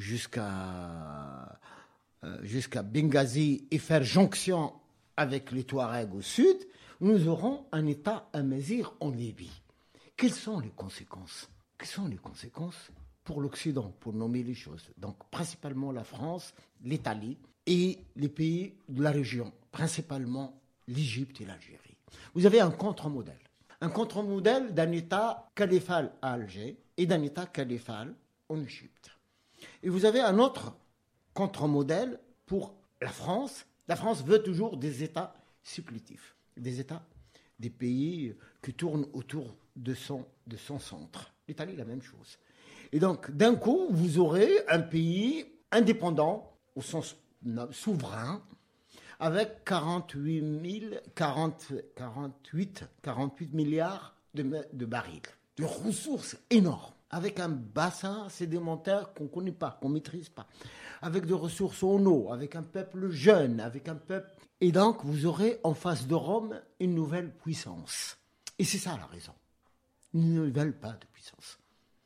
Speaker 2: jusqu'à, euh, jusqu'à Benghazi et faire jonction avec les Touaregs au sud, nous aurons un État amazigh en Libye. Quelles sont les conséquences ? Quelles sont les conséquences pour l'Occident, pour nommer les choses ? Donc, principalement la France, l'Italie et les pays de la région, principalement l'Égypte et l'Algérie. Vous avez un contre-modèle. Un contre-modèle d'un État califal à Alger et d'un État califal en Égypte. Et vous avez un autre contre-modèle pour la France. La France veut toujours des États supplétifs. Des États, des pays qui tournent autour de son, de son centre. L'Italie, la même chose. Et donc, d'un coup, vous aurez un pays indépendant, au sens souverain, avec quarante-huit mille, quarante, quarante-huit, quarante-huit milliards de, de barils, de ressources énormes, avec un bassin sédimentaire qu'on ne connaît pas, qu'on ne maîtrise pas, avec des ressources en eau, avec un peuple jeune, avec un peuple... Et donc, vous aurez en face de Rome une nouvelle puissance. Et c'est ça la raison. Ils ne veulent pas de puissance.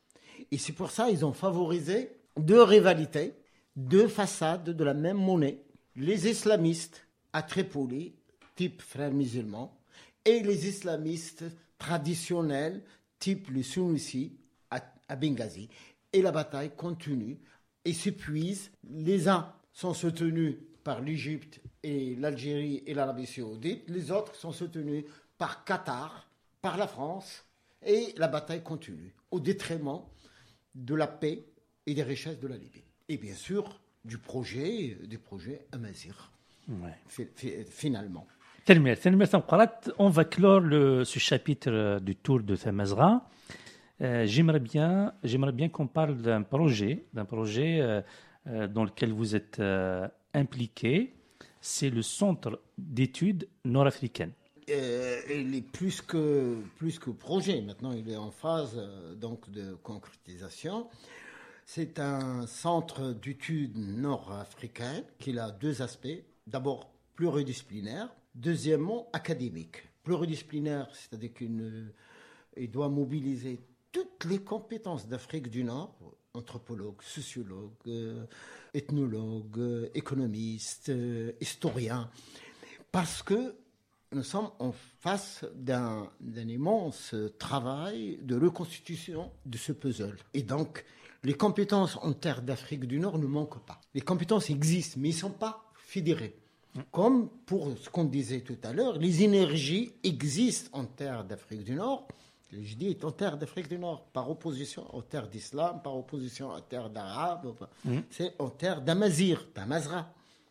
Speaker 2: Et c'est pour ça qu'ils ont favorisé deux rivalités, deux façades de la même monnaie. Les islamistes à Tripoli, type frères musulmans, et les islamistes traditionnels, type les sunnis à, à Benghazi. Et la bataille continue et s'épuise. Les uns sont soutenus par l'Égypte et l'Algérie et l'Arabie saoudite. Les autres sont soutenus par Qatar, par la France. Et la bataille continue, au détriment de la paix et des richesses de la Libye. Et bien sûr, du projet, du projet Amazigh,
Speaker 1: Ouais.
Speaker 2: fi- fi- finalement.
Speaker 1: Telmer, Telmer Tamqarat, on va clore le, ce chapitre euh, du tour de Tamazra. Euh, j'aimerais bien, j'aimerais bien qu'on parle d'un projet, d'un projet euh, euh, dans lequel vous êtes euh, impliqué. C'est le Centre d'études nord-africaines.
Speaker 2: Euh, il est plus que, plus que projet. Maintenant, il est en phase euh, donc, de concrétisation. C'est un centre d'études nord-africain qui a deux aspects. D'abord, pluridisciplinaire. Deuxièmement, académique. Pluridisciplinaire, c'est-à-dire qu'il doit mobiliser toutes les compétences d'Afrique du Nord, anthropologue, sociologue, euh, ethnologue, euh, économiste, euh, historien, parce que nous sommes en face d'un, d'un immense travail de reconstitution de ce puzzle. Et donc, les compétences en terre d'Afrique du Nord ne manquent pas. Les compétences existent, mais ils ne sont pas fédérées. Comme pour ce qu'on disait tout à l'heure, les énergies existent en terre d'Afrique du Nord. Je dis en terre d'Afrique du Nord, par opposition aux terres d'islam, par opposition aux terres d'arabes. Mmh. C'est en terre d'Amazir, d'Amazra.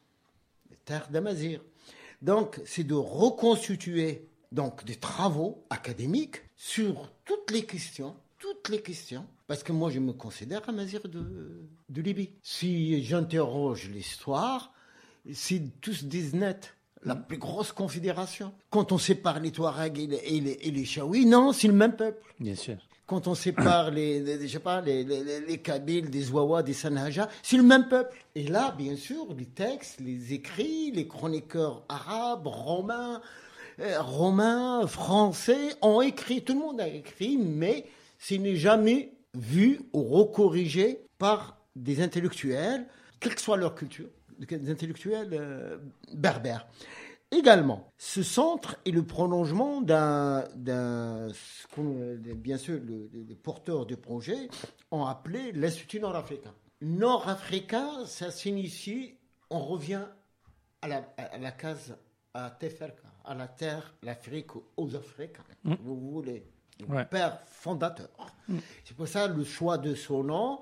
Speaker 2: Les terres d'Amazir. Donc, c'est de reconstituer donc, des travaux académiques sur toutes les questions, toutes les questions, parce que moi, je me considère Amazir de, de Libye. Si j'interroge l'histoire, si tous disent net, la plus grosse confédération. Quand on sépare les Touaregs et les, et les, et les Chaouis, non, c'est le même peuple.
Speaker 1: Bien sûr.
Speaker 2: Quand on sépare les, les, je sais pas, les, les, les Kabyles, des Zouawa, des Sanhaja, c'est le même peuple. Et là, bien sûr, les textes, les écrits, les chroniqueurs arabes, romains, euh, romains, français ont écrit, tout le monde a écrit, mais ce n'est jamais vu ou recorrigé par des intellectuels, quelle que soit leur culture, des intellectuels euh, berbères. Également, ce centre est le prolongement d'un, d'un ce qu'on, bien sûr, le, les porteurs du projet ont appelé l'Institut nord-africain. Nord-africain, ça signifie, on revient à la, à la case à Teferka, à la terre, l'Afrique aux Africains. Mmh. Vous voulez, le ouais. père fondateur. Mmh. C'est pour ça le choix de son nom.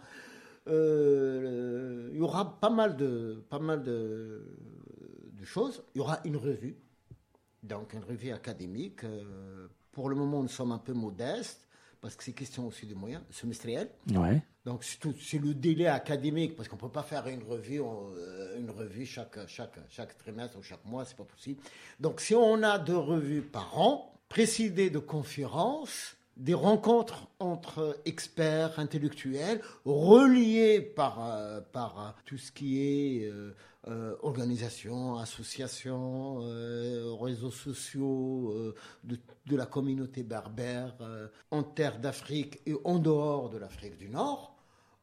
Speaker 2: Euh, il y aura pas mal de, pas mal de, de choses. Il y aura une revue, donc une revue académique. Euh, pour le moment, nous sommes un peu modestes parce que c'est question aussi de moyens semestriels.
Speaker 1: Ouais.
Speaker 2: Donc c'est, tout, c'est le délai académique, parce qu'on ne peut pas faire une revue, euh, une revue chaque, chaque, chaque trimestre ou chaque mois, c'est pas possible. Donc si on a deux revues par an, précédées de conférences, des rencontres entre experts intellectuels, reliés par, euh, par euh, tout ce qui est euh, euh, organisation, association, euh, réseaux sociaux euh, de, de la communauté berbère euh, en terre d'Afrique et en dehors de l'Afrique du Nord.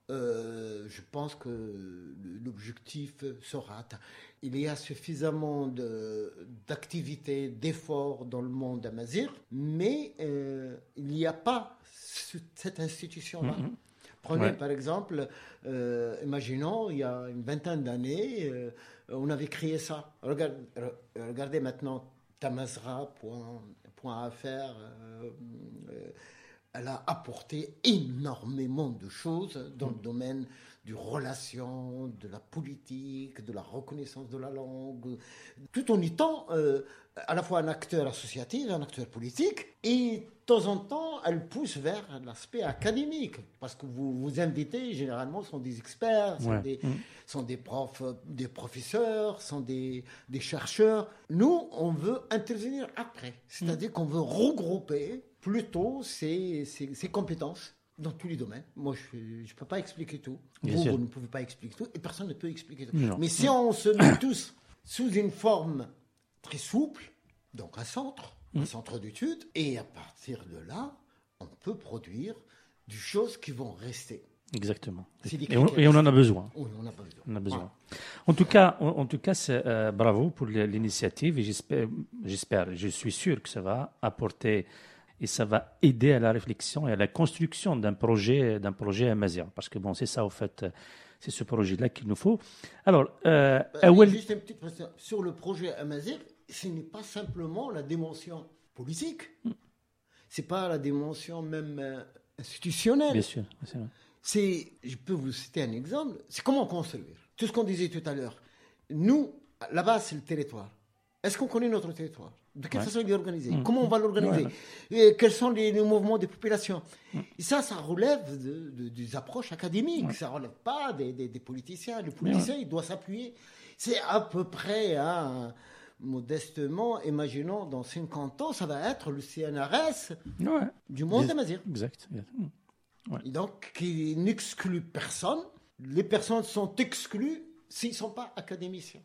Speaker 2: Euh, je pense que l'objectif sera atteint. Il y a suffisamment de, d'activités, d'efforts dans le monde amazigh, mais euh, il n'y a pas ce, cette institution-là. Mm-hmm. Prenez ouais. par exemple, euh, imaginons, il y a une vingtaine d'années, euh, on avait créé ça. Regardez, regardez maintenant tamazra point f r. Euh, euh, elle a apporté énormément de choses dans le domaine du relation, de la politique, de la reconnaissance de la langue, tout en étant euh, à la fois un acteur associatif, un acteur politique, et de temps en temps, elle pousse vers l'aspect académique, parce que vous vous invitez, généralement, sont des experts, sont, ouais. des, mmh. sont des profs, des professeurs, sont des, des chercheurs. Nous, on veut intervenir après, c'est-à-dire mmh. qu'on veut regrouper plutôt ces, ces, ces compétences dans tous les domaines. Moi, je ne peux pas expliquer tout. Bien vous, sûr. vous ne pouvez pas expliquer tout et personne ne peut expliquer tout. Non. Mais si on se met tous sous une forme très souple, donc un centre, mmh. un centre d'études, et à partir de là, on peut produire des choses qui vont rester.
Speaker 1: Exactement. Et on, et on en a besoin.
Speaker 2: Oui, on, a besoin.
Speaker 1: on a besoin. Ah. En tout cas, en, en tout cas, c'est, euh, bravo pour l'initiative et j'espère, j'espère, je suis sûr que ça va apporter et ça va aider à la réflexion et à la construction d'un projet, d'un projet amazigh. Parce que bon, c'est ça, au fait, c'est ce projet-là qu'il nous faut. Alors, euh,
Speaker 2: euh, Awel... juste une petite précision. Sur le projet amazigh, ce n'est pas simplement la dimension politique, mm. c'est pas la dimension même euh, institutionnelle.
Speaker 1: Bien sûr, c'est vrai.
Speaker 2: C'est, je peux vous citer un exemple, c'est comment construire. Tout ce qu'on disait tout à l'heure. Nous, là-bas, c'est le territoire. Est-ce qu'on connaît notre territoire ? De quelle ouais. façon il est organisé ? mmh. Comment on va l'organiser ? ouais. Et quels sont les, les mouvements des populations ? mmh. Et ça, ça relève de, de, des approches académiques. Ouais. Ça ne relève pas des, des, des politiciens. Le politicien, ouais. il doit s'appuyer. C'est à peu près, hein, modestement, imaginons, dans cinquante ans, ça va être le C N R S ouais. du monde amazigh.
Speaker 1: Exact.
Speaker 2: Ouais. Et donc, qui n'exclut personne. Les personnes sont exclues s'ils ne sont pas académiciens.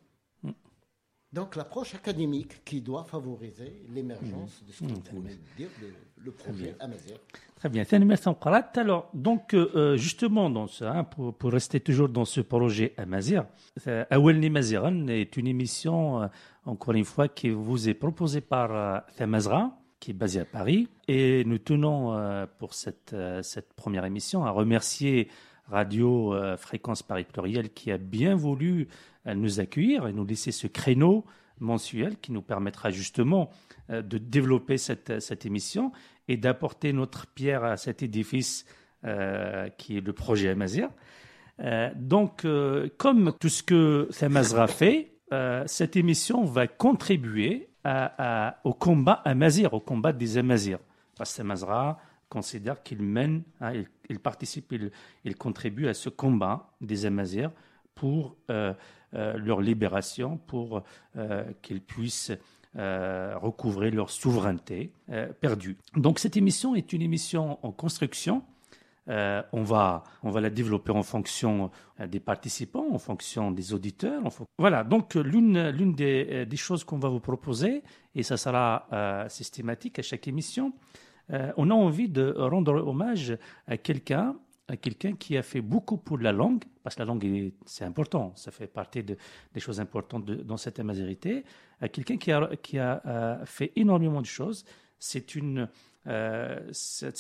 Speaker 2: Donc, l'approche académique qui doit favoriser l'émergence mmh. de ce qu'on mmh. vient de dire, le, le projet amazigh.
Speaker 1: Très bien. Alors, donc, euh, justement, dans ça, hein, pour, pour rester toujours dans ce projet amazigh, Awelni Maziran est une émission, euh, encore une fois, qui vous est proposée par euh, Tamazra, qui est basée à Paris. Et nous tenons, euh, pour cette, euh, cette première émission, à remercier Radio euh, Fréquence Paris Pluriel qui a bien voulu euh, nous accueillir et nous laisser ce créneau mensuel qui nous permettra justement euh, de développer cette, cette émission et d'apporter notre pierre à cet édifice euh, qui est le projet amazigh. Euh, donc, euh, comme tout ce que Tamazra fait, euh, cette émission va contribuer à, à, au combat amazigh, au combat des amazighs. Parce que Tamazra considère qu'il mène, hein, il, il participe, il, il contribue à ce combat des amazighs pour euh, euh, leur libération, pour euh, qu'ils puissent euh, recouvrer leur souveraineté euh, perdue. Donc cette émission est une émission en construction. Euh, on va, on va la développer en fonction des participants, en fonction des auditeurs. En fon... Voilà, donc l'une, l'une des, des choses qu'on va vous proposer, et ça sera euh, systématique à chaque émission, Euh, on a envie de rendre hommage à quelqu'un, à quelqu'un qui a fait beaucoup pour la langue, parce que la langue, est, c'est important, ça fait partie de, des choses importantes de, dans cette amazighité, à quelqu'un qui a, qui a euh, fait énormément de choses. C'est une... Euh, c'est,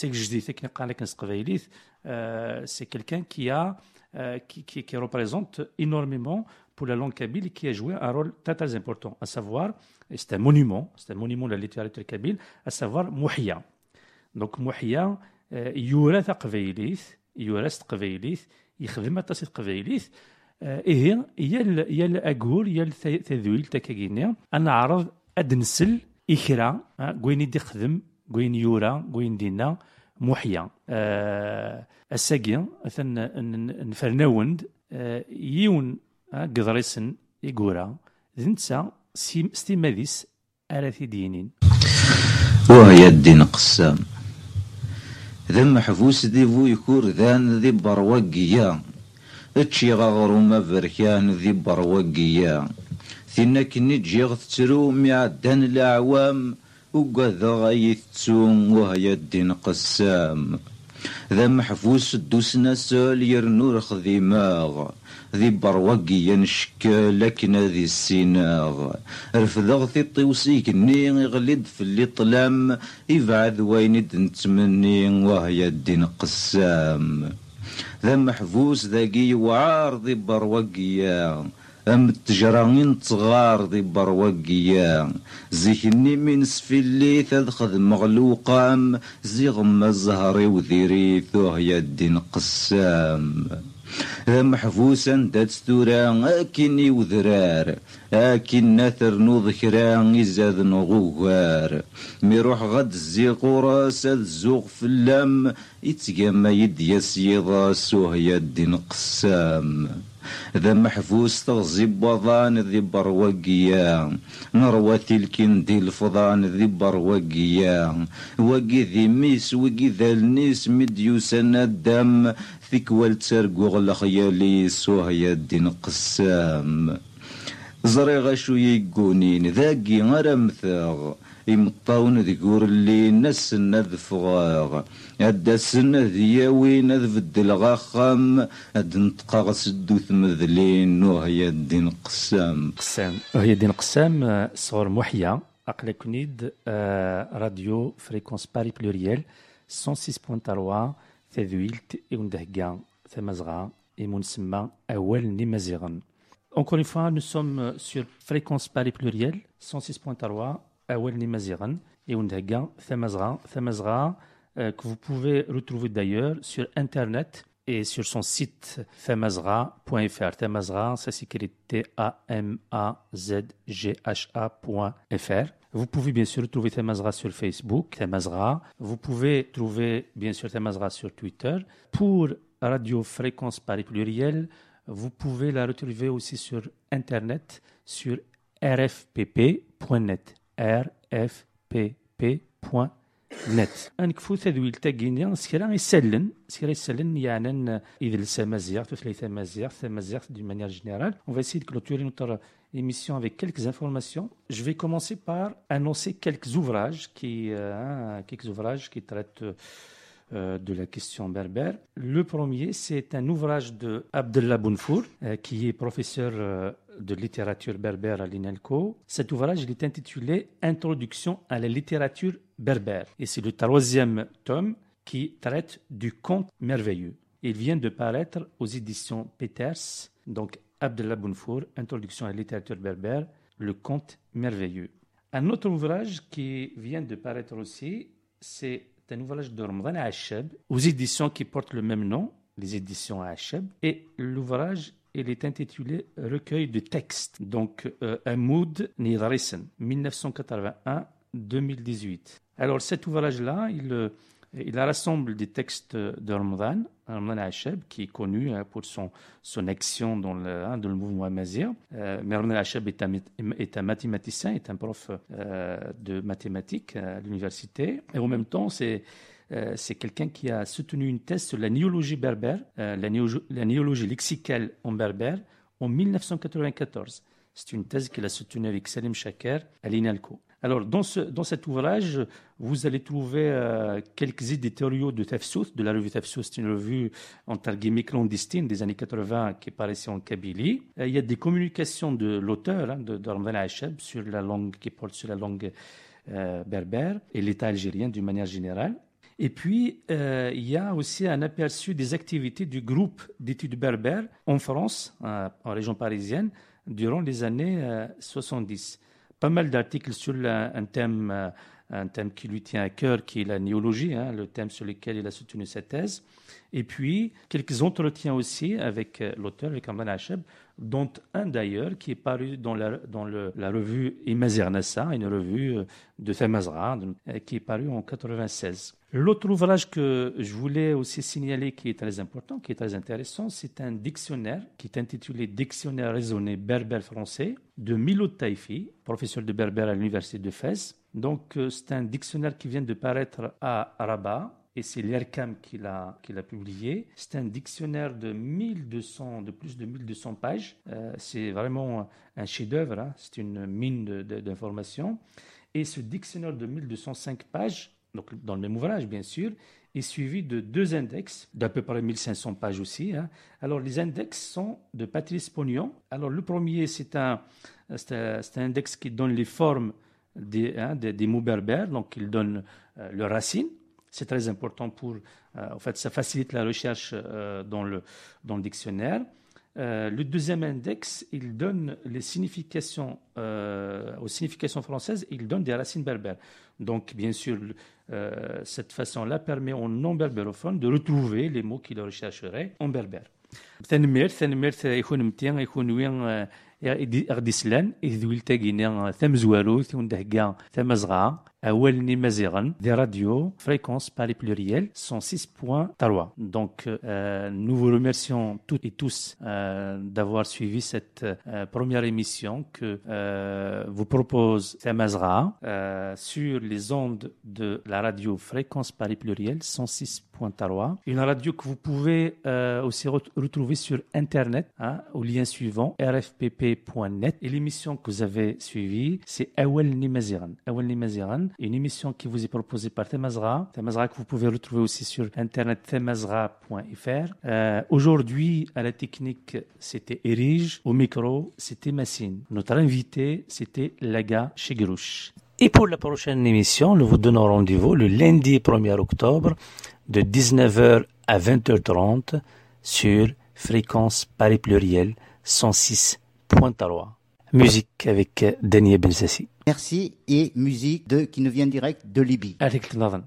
Speaker 1: c'est quelqu'un qui, a, euh, qui, qui, qui représente énormément pour la langue kabyle et qui a joué un rôle très, très important, à savoir, et c'est un monument, c'est un monument de la littérature kabyle, à savoir Mouhia. Donc Mouhia يورث قبيليث يورث قبيليث يخدم تصيد قبيليث إيه يل يل أقول يل تذويل تكاجينيا أنا عرض أدنسل إخرا قوين يدي خدم قوين يورا قوين دينا محيا الساقيا أثن نفرناوند يون قدريسن يقورا ذنسا ستيماديس أراثي دينين
Speaker 5: وهي الدين قسام ذا محفوس ديفو يكور ذان ذي برواقيا اتشي غاغرو ما بركان ذي برواقيا ثينا كني جيغ تترو معدان الأعوام وقذا غايتسوم وهي الدين قسام ذا محفوس الدوسنا سال يرنور خذي ماغ ذي برواقيا نشكا لكن ذي السيناغ رفضغ ذي طيوسيك ني غلد في اللي طلام يبعد وين نتمني وهي الدين قسام ذا محفوس ذاقي وعار ذي برواقيا أم التجرانين صغار ذي برواقيا زيكني من سفلي تدخذ مغلوقام زي غم الزهري وذيريث وهي الدين قسام ذا محفوسا دات ستورا أكني وذرار أكن نثر نوذكرا إزاد نغوار ميروح غد الزيقورا ساد الزوغ في اللام يتقام يدي يسيضاس وهي الدين قسام ذا محفوس تغزي بوضان ذي برواقيا نروى تلكين دي الفضان ذي برواقيا وقي ذي ميس وقي ذا النيس مديوسنا الدم ثيك والترقوغ الخياليس وهي الدين قسام زريغ شو يقونين ذاقي غرمثاغ يمطاون ذكور اللي نسنا ذفغاغ هدا السنة ذياوين ذفد الغاخم هاد نتقاغ سدو ثمذلين وهي الدين قسام
Speaker 1: قسام وهي الدين قسام صور محيا أقل كنيد راديو فريكونس باري بلوريال مية وستة فاصلة ثلاثة تذويلت يوندهكا ثمزغا يمونسما أول نمازيغن. Encore une fois, nous sommes sur Fréquence Paris Pluriel, مية وستة فاصلة ثلاثة أول نمازيغن يوندهكا ثمزغا ثمزغا que vous pouvez retrouver d'ailleurs sur Internet et sur son site tamazgha point f r. Tamazgha, ça s'écrit T A M A Z G H A point F R. Vous pouvez bien sûr trouver Tamazgha sur Facebook, Tamazgha. Vous pouvez trouver bien sûr Tamazgha sur Twitter. Pour Radio Fréquence Paris Pluriel, vous pouvez la retrouver aussi sur Internet sur r f p p point net. r f p p point net. أنكفو تذويل تاقينيا سكرا يسلن سكرا يسلن يعني يدلس مزيغ تثليث مزيغ مزيغ d'une manière générale. On va essayer de clôturer notre émission avec quelques informations. Je vais commencer par annoncer quelques ouvrages qui, euh, quelques ouvrages qui traitent euh, de la question berbère. Le premier, c'est un ouvrage de Abdellah Bounfour, euh, qui est professeur euh, de littérature berbère à l'INELCO. Cet ouvrage il est intitulé Introduction à la littérature berbère. Et c'est le troisième tome qui traite du conte merveilleux. Il vient de paraître aux éditions Peters, donc Abdellah Bounfour, Introduction à la littérature berbère, le conte merveilleux. Un autre ouvrage qui vient de paraître aussi, c'est un ouvrage de Ramadan Achab, aux éditions qui portent le même nom, les éditions Achab, et l'ouvrage il est intitulé Recueil de textes, donc euh, Amoud Nidarissen, dix-neuf cent quatre-vingt-un à deux mille dix-huit. Alors cet ouvrage-là, il, il rassemble des textes de Ramadan, Ramadan Achab, qui est connu hein, pour son, son action dans le, hein, dans le mouvement amazigh. Euh, mais Ramadan Achab est un, est un mathématicien, est un prof euh, de mathématiques à l'université, et en même temps, c'est Euh, c'est quelqu'un qui a soutenu une thèse sur la néologie berbère, euh, la, néo- la néologie lexicale en berbère, en dix-neuf cent quatre-vingt-quatorze. C'est une thèse qu'il a soutenue avec Salim Chaker à l'INALCO. Alors, dans, ce, dans cet ouvrage, vous allez trouver euh, quelques éditoriaux de Tafsouth, de la revue Tafsouth. C'est une revue, entre guillemets, clandestine des années quatre-vingts qui paraissait en Kabylie. Euh, il y a des communications de l'auteur, hein, de, de Ramadan Achab, sur la langue, qui porte sur la langue euh, berbère et l'État algérien d'une manière générale. Et puis, euh, il y a aussi un aperçu des activités du groupe d'études berbères en France, euh, en région parisienne, durant les années euh, soixante-dix. Pas mal d'articles sur la, un, thème, euh, un thème qui lui tient à cœur, qui est la néologie, hein, le thème sur lequel il a soutenu sa thèse. Et puis, quelques entretiens aussi avec euh, l'auteur, avec Ramadan Achab, dont un d'ailleurs qui est paru dans la, dans le, la revue Imazir Nassa, une revue de Tamazgha, qui est parue en quatre-vingt-seize. L'autre ouvrage que je voulais aussi signaler qui est très important, qui est très intéressant, c'est un dictionnaire qui est intitulé Dictionnaire raisonné berbère-français de Milo Taifi, professeur de berbère à l'université de Fès. Donc, euh, c'est un dictionnaire qui vient de paraître à Rabat. Et c'est l'ERCAM qui l'a, qui l'a publié. C'est un dictionnaire de mille deux cents, de plus de mille deux cents pages. Euh, c'est vraiment un chef-d'œuvre, hein. C'est une mine de, de, d'informations. Et ce dictionnaire de mille deux cent cinq pages, donc dans le même ouvrage bien sûr, est suivi de deux index d'à peu près mille cinq cents pages aussi, hein. Alors les index sont de Patrice Pognon. Alors le premier, c'est un, c'est un, c'est un index qui donne les formes des, hein, des, des mots berbères, donc il donne euh, leurs racines. C'est très important pour, euh, en fait, ça facilite la recherche euh, dans, le, dans le dictionnaire. Euh, le deuxième index, il donne les significations, euh, aux significations françaises, il donne des racines berbères. Donc, bien sûr, euh, cette façon-là permet aux non-berbérophones de retrouver les mots qu'ils rechercheraient en berbère. ثنمير ثنمير يكون متين يكون وين غدي سلان إذ ويلتاقينا ثم زوارو ثم دهقا ثم زغا أول نمازيغن دي راديو fréquence par les pluriels cent six point trois. Donc euh, nous vous remercions toutes et tous euh, d'avoir suivi cette euh, première émission que euh, vous propose Thamazra euh, sur les ondes de la radio fréquence par les pluriels cent six point trois. Une radio que vous pouvez euh, aussi re- retrouver sur internet, hein, au lien suivant r f p p point net. Et l'émission que vous avez suivie, c'est Awel Nimaziran. Awel Nimaziran, une émission qui vous est proposée par Thamazra. Thamazra que vous pouvez retrouver aussi sur internet thamazra point f r. Euh, aujourd'hui, à la technique, c'était Erige. Au micro, c'était Massine. Notre invité, c'était Laga Chegrouche. Et pour la prochaine émission, nous vous donnons rendez-vous le lundi premier octobre de dix-neuf heures à vingt heures trente sur fréquence Paris pluriel cent six point trois. Musique avec Daniel Benzassi.
Speaker 6: Merci et musique de, qui nous vient direct de Libye.
Speaker 1: Avec le Navan.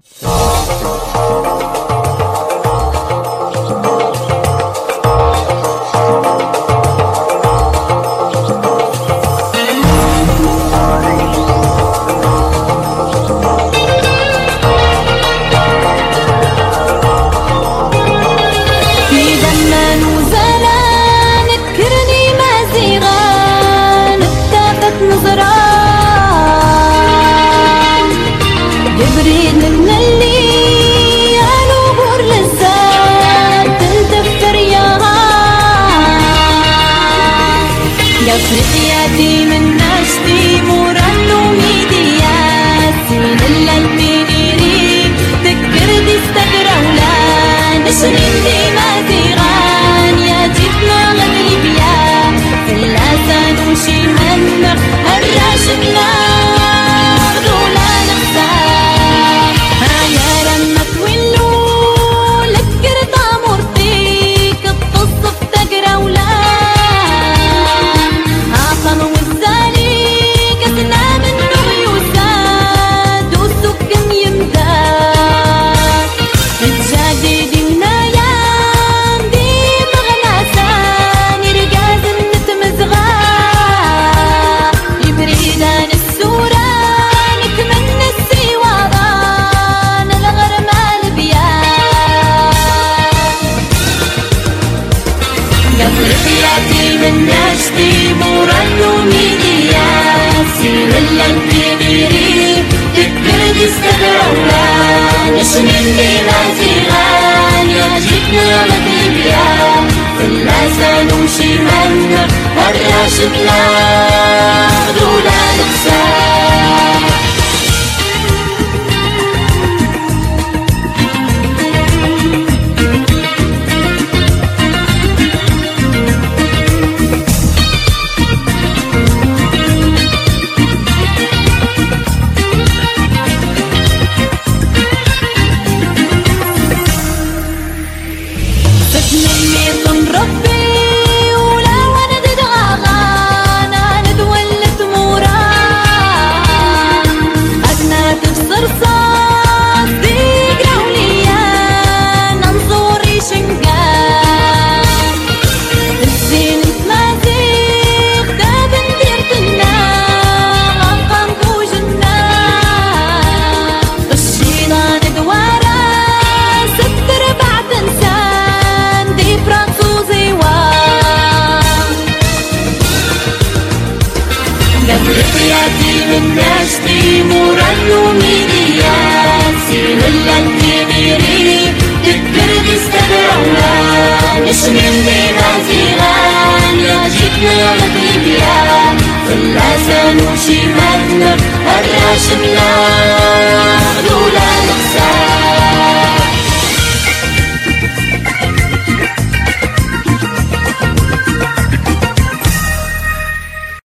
Speaker 7: أفريقياتي من ناشتي مورانو ميديا سين اللالتينيري ذكر دي استقرولا نشرين دي مازيغان يا جبنا غد ليبيا فلاسان وشي منق الراشدنا غدولا نخسا هيا لما تولو لكر طامورتيك التصف تقرولا نشتي مورانو ميديا سين اللانتينيري تكرد استقرولا نشمين دي مازيغان يا جبنا مدريبيا فلاسان وشي منق الراشدنا غدولا نخسا Wara الراشمنا